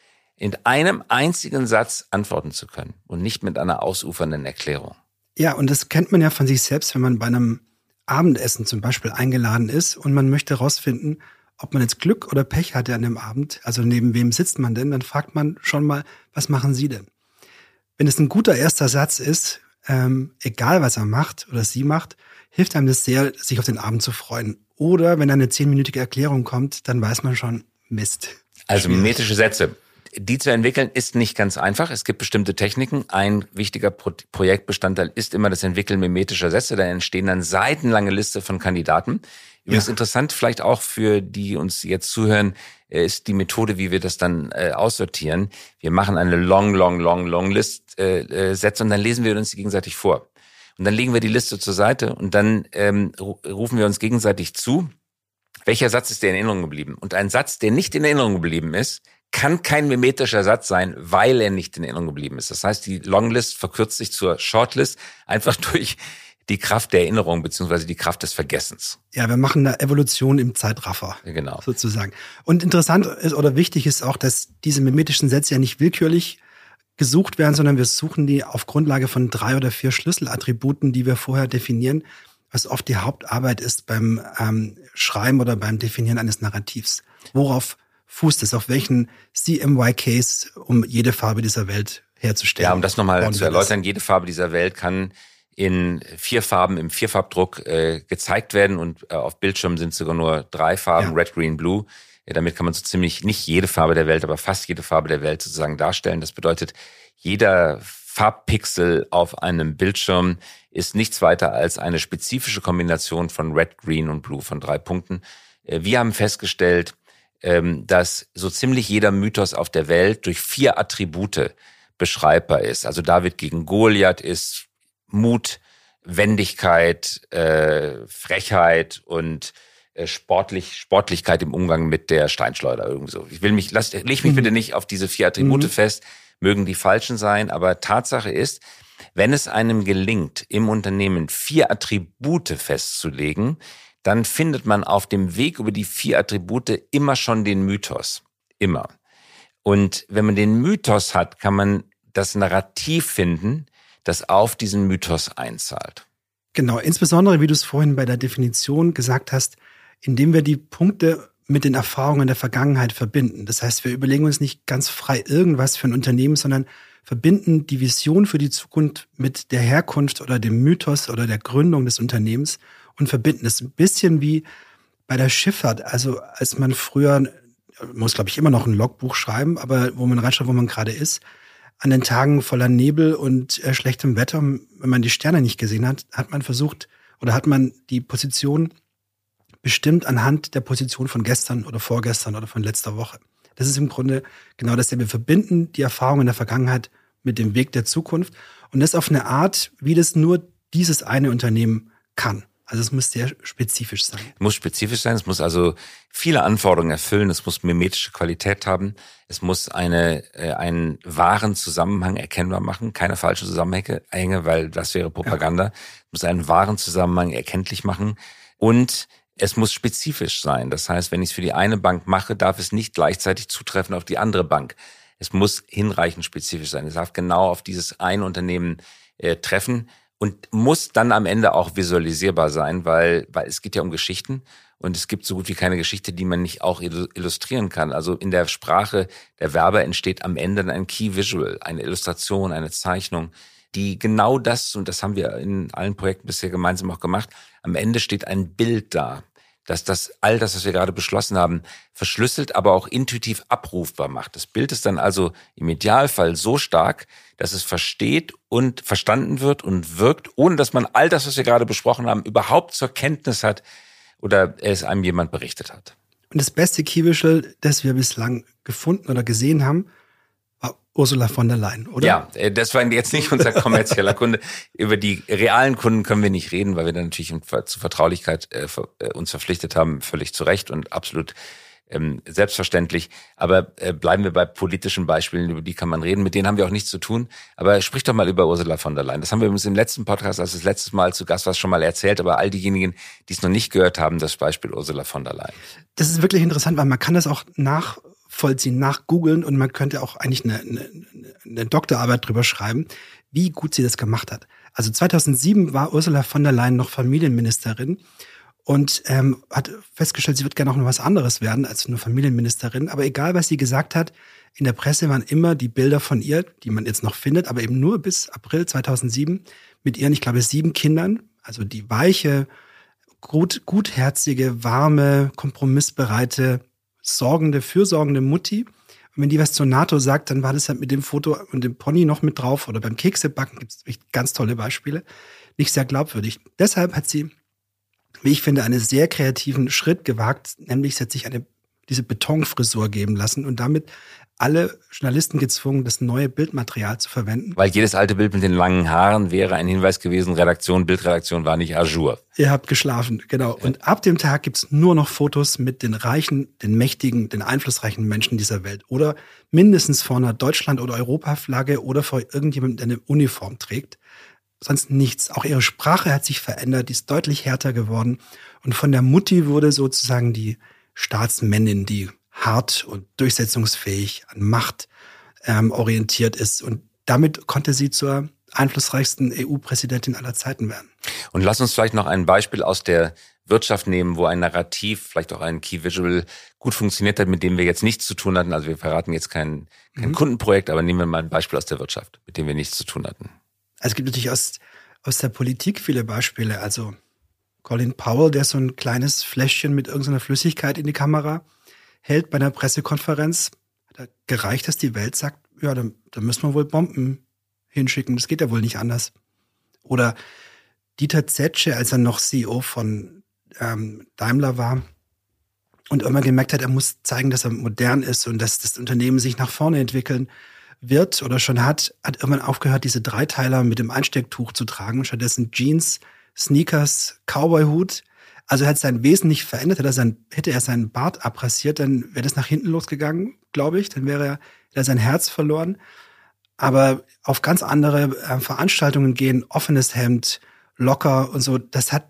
in einem einzigen Satz antworten zu können und nicht mit einer ausufernden Erklärung. Ja, und das kennt man ja von sich selbst, wenn man bei einem Abendessen zum Beispiel eingeladen ist und man möchte herausfinden, ob man jetzt Glück oder Pech hatte an dem Abend, also neben wem sitzt man denn, dann fragt man schon mal, was machen Sie denn? Wenn es ein guter erster Satz ist, ähm, egal was er macht oder sie macht, hilft einem das sehr, sich auf den Abend zu freuen. Oder wenn eine zehnminütige Erklärung kommt, dann weiß man schon, Mist. Also mimetische Sätze. Die zu entwickeln ist nicht ganz einfach. Es gibt bestimmte Techniken. Ein wichtiger Pro- Projektbestandteil ist immer das Entwickeln mimetischer Sätze. Da entstehen dann seitenlange Liste von Kandidaten. Übrigens ja. Interessant vielleicht auch für die uns jetzt zuhören, ist die Methode, wie wir das dann äh, aussortieren. Wir machen eine long, long, long, long List äh, äh, Sätze und dann lesen wir uns die gegenseitig vor. Und dann legen wir die Liste zur Seite und dann ähm, rufen wir uns gegenseitig zu, welcher Satz ist dir in Erinnerung geblieben? Und ein Satz, der nicht in Erinnerung geblieben ist, kann kein mimetischer Satz sein, weil er nicht in Erinnerung geblieben ist. Das heißt, die Longlist verkürzt sich zur Shortlist einfach durch die Kraft der Erinnerung beziehungsweise die Kraft des Vergessens. Ja, wir machen eine Evolution im Zeitraffer, genau. sozusagen. Und interessant ist oder wichtig ist auch, dass diese mimetischen Sätze ja nicht willkürlich gesucht werden, sondern wir suchen die auf Grundlage von drei oder vier Schlüsselattributen, die wir vorher definieren, was oft die Hauptarbeit ist beim ähm, Schreiben oder beim Definieren eines Narrativs. Worauf fußt es? Auf welchen C M Y Ks, um jede Farbe dieser Welt herzustellen? Ja, um das nochmal zu erläutern, jede Farbe dieser Welt kann in vier Farben im Vierfarbdruck äh, gezeigt werden und äh, auf Bildschirmen sind sogar nur drei Farben, ja. Red, Green, Blue. Ja, damit kann man so ziemlich nicht jede Farbe der Welt, aber fast jede Farbe der Welt sozusagen darstellen. Das bedeutet, jeder Farbpixel auf einem Bildschirm ist nichts weiter als eine spezifische Kombination von Red, Green und Blue von drei Punkten. Äh, wir haben festgestellt, ähm, dass so ziemlich jeder Mythos auf der Welt durch vier Attribute beschreibbar ist. Also David gegen Goliath ist Mut, Wendigkeit, äh, Frechheit und äh, sportlich Sportlichkeit im Umgang mit der Steinschleuder irgendwie so. Ich will mich, lass, leg mich mhm. bitte nicht auf diese vier Attribute mhm. fest, mögen die falschen sein, aber Tatsache ist, wenn es einem gelingt, im Unternehmen vier Attribute festzulegen, dann findet man auf dem Weg über die vier Attribute immer schon den Mythos. Immer. Und wenn man den Mythos hat, kann man das Narrativ finden, das auf diesen Mythos einzahlt. Genau, insbesondere, wie du es vorhin bei der Definition gesagt hast, indem wir die Punkte mit den Erfahrungen der Vergangenheit verbinden. Das heißt, wir überlegen uns nicht ganz frei irgendwas für ein Unternehmen, sondern verbinden die Vision für die Zukunft mit der Herkunft oder dem Mythos oder der Gründung des Unternehmens und verbinden es ein bisschen wie bei der Schifffahrt. Also als man früher, man muss glaube ich immer noch ein Logbuch schreiben, aber wo man reinschreibt, wo man gerade ist, an den Tagen voller Nebel und äh, schlechtem Wetter, wenn man die Sterne nicht gesehen hat, hat man versucht oder hat man die Position bestimmt anhand der Position von gestern oder vorgestern oder von letzter Woche. Das ist im Grunde genau das. Wir verbinden die Erfahrungen der Vergangenheit mit dem Weg der Zukunft und das auf eine Art, wie das nur dieses eine Unternehmen kann. Also es muss sehr spezifisch sein. Es muss spezifisch sein, es muss also viele Anforderungen erfüllen, es muss mimetische Qualität haben, es muss eine äh, einen wahren Zusammenhang erkennbar machen, keine falschen Zusammenhänge, weil das wäre Propaganda. Ja. Es muss einen wahren Zusammenhang erkenntlich machen und es muss spezifisch sein. Das heißt, wenn ich es für die eine Bank mache, darf es nicht gleichzeitig zutreffen auf die andere Bank. Es muss hinreichend spezifisch sein. Es darf genau auf dieses eine Unternehmen äh, treffen und muss dann am Ende auch visualisierbar sein, weil weil es geht ja um Geschichten und es gibt so gut wie keine Geschichte, die man nicht auch illustrieren kann. Also in der Sprache der Werber entsteht am Ende dann ein Key Visual, eine Illustration, eine Zeichnung, die genau das, und das haben wir in allen Projekten bisher gemeinsam auch gemacht, am Ende steht ein Bild da, dass das all das, was wir gerade beschlossen haben, verschlüsselt, aber auch intuitiv abrufbar macht. Das Bild ist dann also im Idealfall so stark, dass es versteht und verstanden wird und wirkt, ohne dass man all das, was wir gerade besprochen haben, überhaupt zur Kenntnis hat oder es einem jemand berichtet hat. Und das beste Key Visual, das wir bislang gefunden oder gesehen haben, war Ursula von der Leyen, oder? Ja, das war jetzt nicht unser kommerzieller Kunde. Über die realen Kunden können wir nicht reden, weil wir dann natürlich zu Vertraulichkeit äh, uns verpflichtet haben, völlig zu Recht und absolut ähm, selbstverständlich. Aber äh, bleiben wir bei politischen Beispielen, über die kann man reden. Mit denen haben wir auch nichts zu tun. Aber sprich doch mal über Ursula von der Leyen. Das haben wir uns im letzten Podcast, als das letztes Mal zu Gast war, schon mal erzählt. Aber all diejenigen, die es noch nicht gehört haben, das Beispiel Ursula von der Leyen. Das ist wirklich interessant, weil man kann das auch nach vollziehen, nachgoogeln und man könnte auch eigentlich eine, eine, eine Doktorarbeit drüber schreiben, wie gut sie das gemacht hat. Also zweitausendsieben war Ursula von der Leyen noch Familienministerin und ähm, hat festgestellt, sie wird gerne auch noch was anderes werden als nur Familienministerin. Aber egal, was sie gesagt hat, in der Presse waren immer die Bilder von ihr, die man jetzt noch findet, aber eben nur bis April zweitausendsieben mit ihren, ich glaube, sieben Kindern. Also die weiche, gut, gutherzige, warme, kompromissbereite, sorgende, fürsorgende Mutti. Und wenn die was zur NATO sagt, dann war das halt mit dem Foto und dem Pony noch mit drauf. Oder beim Keksebacken gibt es ganz tolle Beispiele. Nicht sehr glaubwürdig. Deshalb hat sie, wie ich finde, einen sehr kreativen Schritt gewagt. Nämlich sie hat sich eine, diese Betonfrisur geben lassen und damit alle Journalisten gezwungen, das neue Bildmaterial zu verwenden. Weil jedes alte Bild mit den langen Haaren wäre ein Hinweis gewesen, Redaktion, Bildredaktion war nicht à jour. Ihr habt geschlafen, genau. Ja. Und ab dem Tag gibt's nur noch Fotos mit den reichen, den mächtigen, den einflussreichen Menschen dieser Welt. Oder mindestens vor einer Deutschland- oder Europaflagge oder vor irgendjemandem, der eine Uniform trägt. Sonst nichts. Auch ihre Sprache hat sich verändert, die ist deutlich härter geworden. Und von der Mutti wurde sozusagen die Staatsmännin, die hart und durchsetzungsfähig, an Macht ähm, orientiert ist. Und damit konnte sie zur einflussreichsten E U-Präsidentin aller Zeiten werden. Und lass uns vielleicht noch ein Beispiel aus der Wirtschaft nehmen, wo ein Narrativ, vielleicht auch ein Key Visual gut funktioniert hat, mit dem wir jetzt nichts zu tun hatten. Also wir verraten jetzt kein, kein mhm. Kundenprojekt, aber nehmen wir mal ein Beispiel aus der Wirtschaft, mit dem wir nichts zu tun hatten. Also es gibt natürlich aus, aus der Politik viele Beispiele. Also Colin Powell, der so ein kleines Fläschchen mit irgendeiner Flüssigkeit in die Kamera hält bei einer Pressekonferenz, hat er gereicht, dass die Welt sagt, ja, da, da müssen wir wohl Bomben hinschicken, das geht ja wohl nicht anders. Oder Dieter Zetsche, als er noch C E O von ähm, Daimler war und immer gemerkt hat, er muss zeigen, dass er modern ist und dass das Unternehmen sich nach vorne entwickeln wird oder schon hat, hat irgendwann aufgehört, diese Dreiteiler mit dem Einstecktuch zu tragen, stattdessen Jeans, Sneakers, Cowboy-Hut. Also er hat sein Wesen nicht verändert, hätte er, sein, hätte er seinen Bart abrasiert, dann wäre das nach hinten losgegangen, glaube ich. Dann wäre er, er sein Herz verloren. Aber auf ganz andere äh, Veranstaltungen gehen, offenes Hemd, locker und so, das hat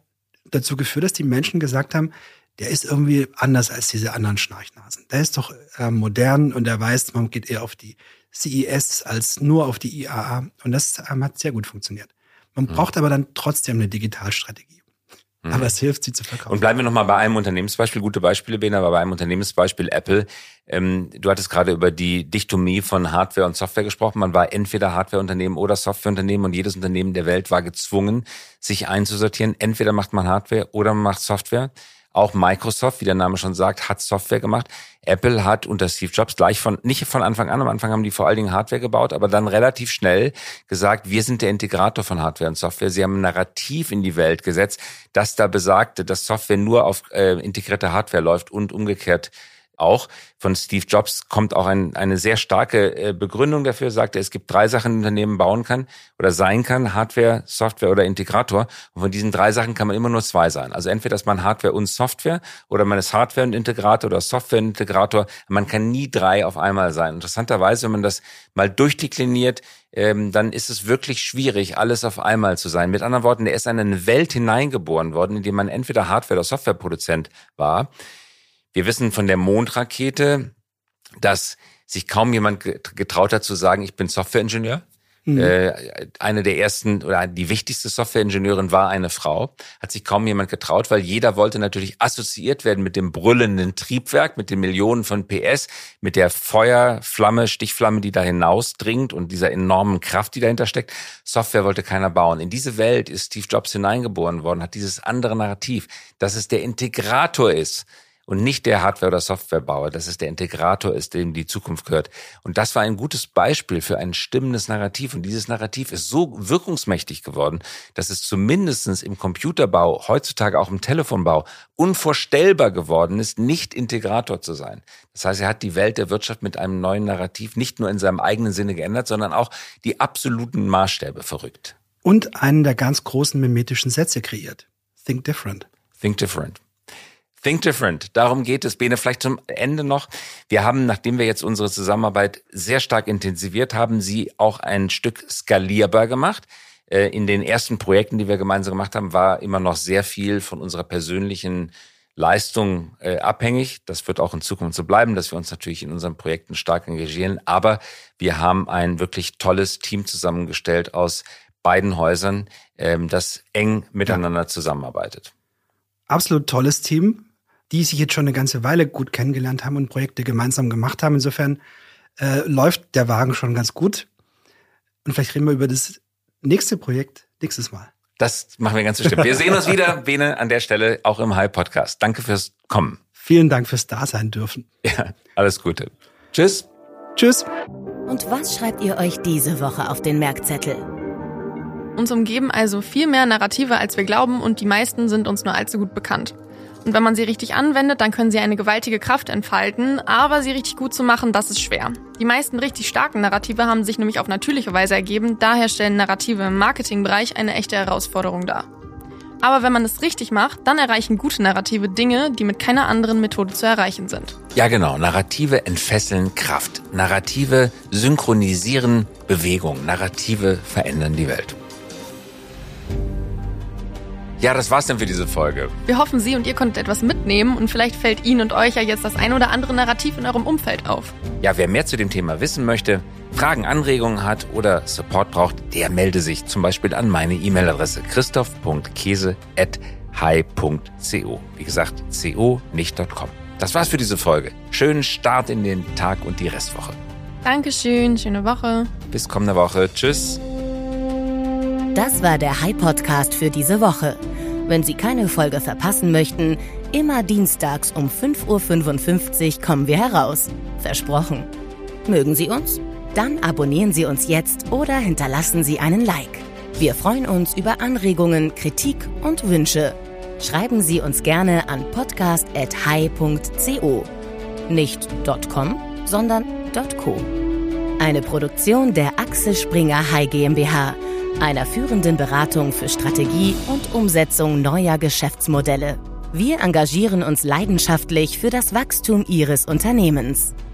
dazu geführt, dass die Menschen gesagt haben, der ist irgendwie anders als diese anderen Schnarchnasen. Der ist doch äh, modern und der weiß, man geht eher auf die C E S als nur auf die I A A. Und das ähm, hat sehr gut funktioniert. Man mhm. braucht aber dann trotzdem eine Digitalstrategie. Mhm. Aber es hilft, sie zu verkaufen. Und bleiben wir nochmal bei einem Unternehmensbeispiel. Gute Beispiele, Bene, aber bei einem Unternehmensbeispiel Apple. Ähm, du hattest gerade über die Dichtomie von Hardware und Software gesprochen. Man war entweder Hardwareunternehmen oder Softwareunternehmen und jedes Unternehmen der Welt war gezwungen, sich einzusortieren. Entweder macht man Hardware oder man macht Software. Auch Microsoft, wie der Name schon sagt, hat Software gemacht. Apple hat unter Steve Jobs gleich von, nicht von Anfang an, am Anfang haben die vor allen Dingen Hardware gebaut, aber dann relativ schnell gesagt, wir sind der Integrator von Hardware und Software. Sie haben ein Narrativ in die Welt gesetzt, das da besagte, dass Software nur auf äh, integrierte Hardware läuft und umgekehrt auch. Von Steve Jobs kommt auch ein, eine sehr starke äh, Begründung dafür, sagt er, es gibt drei Sachen, die ein Unternehmen bauen kann oder sein kann, Hardware, Software oder Integrator. Und von diesen drei Sachen kann man immer nur zwei sein. Also entweder ist man Hardware und Software oder man ist Hardware und Integrator oder Software und Integrator. Man kann nie drei auf einmal sein. Interessanterweise, wenn man das mal durchdekliniert, ähm, dann ist es wirklich schwierig, alles auf einmal zu sein. Mit anderen Worten, er ist in eine Welt hineingeboren worden, in der man entweder Hardware- oder Softwareproduzent war. Wir wissen von der Mondrakete, dass sich kaum jemand getraut hat zu sagen, ich bin Softwareingenieur. Mhm. Äh, eine der ersten oder die wichtigste Softwareingenieurin war eine Frau. Hat sich kaum jemand getraut, weil jeder wollte natürlich assoziiert werden mit dem brüllenden Triebwerk, mit den Millionen von P S, mit der Feuerflamme, Stichflamme, die da hinausdringt und dieser enormen Kraft, die dahinter steckt. Software wollte keiner bauen. In diese Welt ist Steve Jobs hineingeboren worden, hat dieses andere Narrativ, dass es der Integrator ist. Und nicht der Hardware- oder Softwarebauer, dass es der Integrator ist, dem die Zukunft gehört. Und das war ein gutes Beispiel für ein stimmendes Narrativ. Und dieses Narrativ ist so wirkungsmächtig geworden, dass es zumindest im Computerbau, heutzutage auch im Telefonbau, unvorstellbar geworden ist, nicht Integrator zu sein. Das heißt, er hat die Welt der Wirtschaft mit einem neuen Narrativ nicht nur in seinem eigenen Sinne geändert, sondern auch die absoluten Maßstäbe verrückt. Und einen der ganz großen mimetischen Sätze kreiert. Think different. Think different. Think different. Darum geht es. Bene, vielleicht zum Ende noch. Wir haben, nachdem wir jetzt unsere Zusammenarbeit sehr stark intensiviert haben, sie auch ein Stück skalierbar gemacht. In den ersten Projekten, die wir gemeinsam gemacht haben, war immer noch sehr viel von unserer persönlichen Leistung abhängig. Das wird auch in Zukunft so bleiben, dass wir uns natürlich in unseren Projekten stark engagieren. Aber wir haben ein wirklich tolles Team zusammengestellt aus beiden Häusern, das eng miteinander ja. zusammenarbeitet. Absolut tolles Team, die sich jetzt schon eine ganze Weile gut kennengelernt haben und Projekte gemeinsam gemacht haben. Insofern äh, läuft der Wagen schon ganz gut. Und vielleicht reden wir über das nächste Projekt nächstes Mal. Das machen wir ganz bestimmt. Wir sehen uns wieder, Bene, an der Stelle auch im Hi-Podcast. Danke fürs Kommen. Vielen Dank fürs Dasein dürfen. Ja, alles Gute. Tschüss. Tschüss. Und was schreibt ihr euch diese Woche auf den Merkzettel? Uns umgeben also viel mehr Narrative, als wir glauben, und die meisten sind uns nur allzu gut bekannt. Und wenn man sie richtig anwendet, dann können sie eine gewaltige Kraft entfalten, aber sie richtig gut zu machen, das ist schwer. Die meisten richtig starken Narrative haben sich nämlich auf natürliche Weise ergeben, daher stellen Narrative im Marketingbereich eine echte Herausforderung dar. Aber wenn man es richtig macht, dann erreichen gute Narrative Dinge, die mit keiner anderen Methode zu erreichen sind. Ja genau, Narrative entfesseln Kraft. Narrative synchronisieren Bewegung. Narrative verändern die Welt. Ja, das war's dann für diese Folge. Wir hoffen, Sie und ihr konntet etwas mitnehmen und vielleicht fällt Ihnen und euch ja jetzt das ein oder andere Narrativ in eurem Umfeld auf. Ja, wer mehr zu dem Thema wissen möchte, Fragen, Anregungen hat oder Support braucht, der melde sich zum Beispiel an meine E-Mail-Adresse christoph punkt käse at hi punkt co. Wie gesagt, co, nicht .com. Das war's für diese Folge. Schönen Start in den Tag und die Restwoche. Dankeschön, schöne Woche. Bis kommende Woche. Tschüss. Das war der Hi-Podcast für diese Woche. Wenn Sie keine Folge verpassen möchten, immer dienstags um fünf Uhr fünfundfünfzig kommen wir heraus. Versprochen. Mögen Sie uns? Dann abonnieren Sie uns jetzt oder hinterlassen Sie einen Like. Wir freuen uns über Anregungen, Kritik und Wünsche. Schreiben Sie uns gerne an podcast at hi punkt co. Nicht .com, sondern .co. Eine Produktion der Axel Springer Hi GmbH, einer führenden Beratung für Strategie und Umsetzung neuer Geschäftsmodelle. Wir engagieren uns leidenschaftlich für das Wachstum Ihres Unternehmens.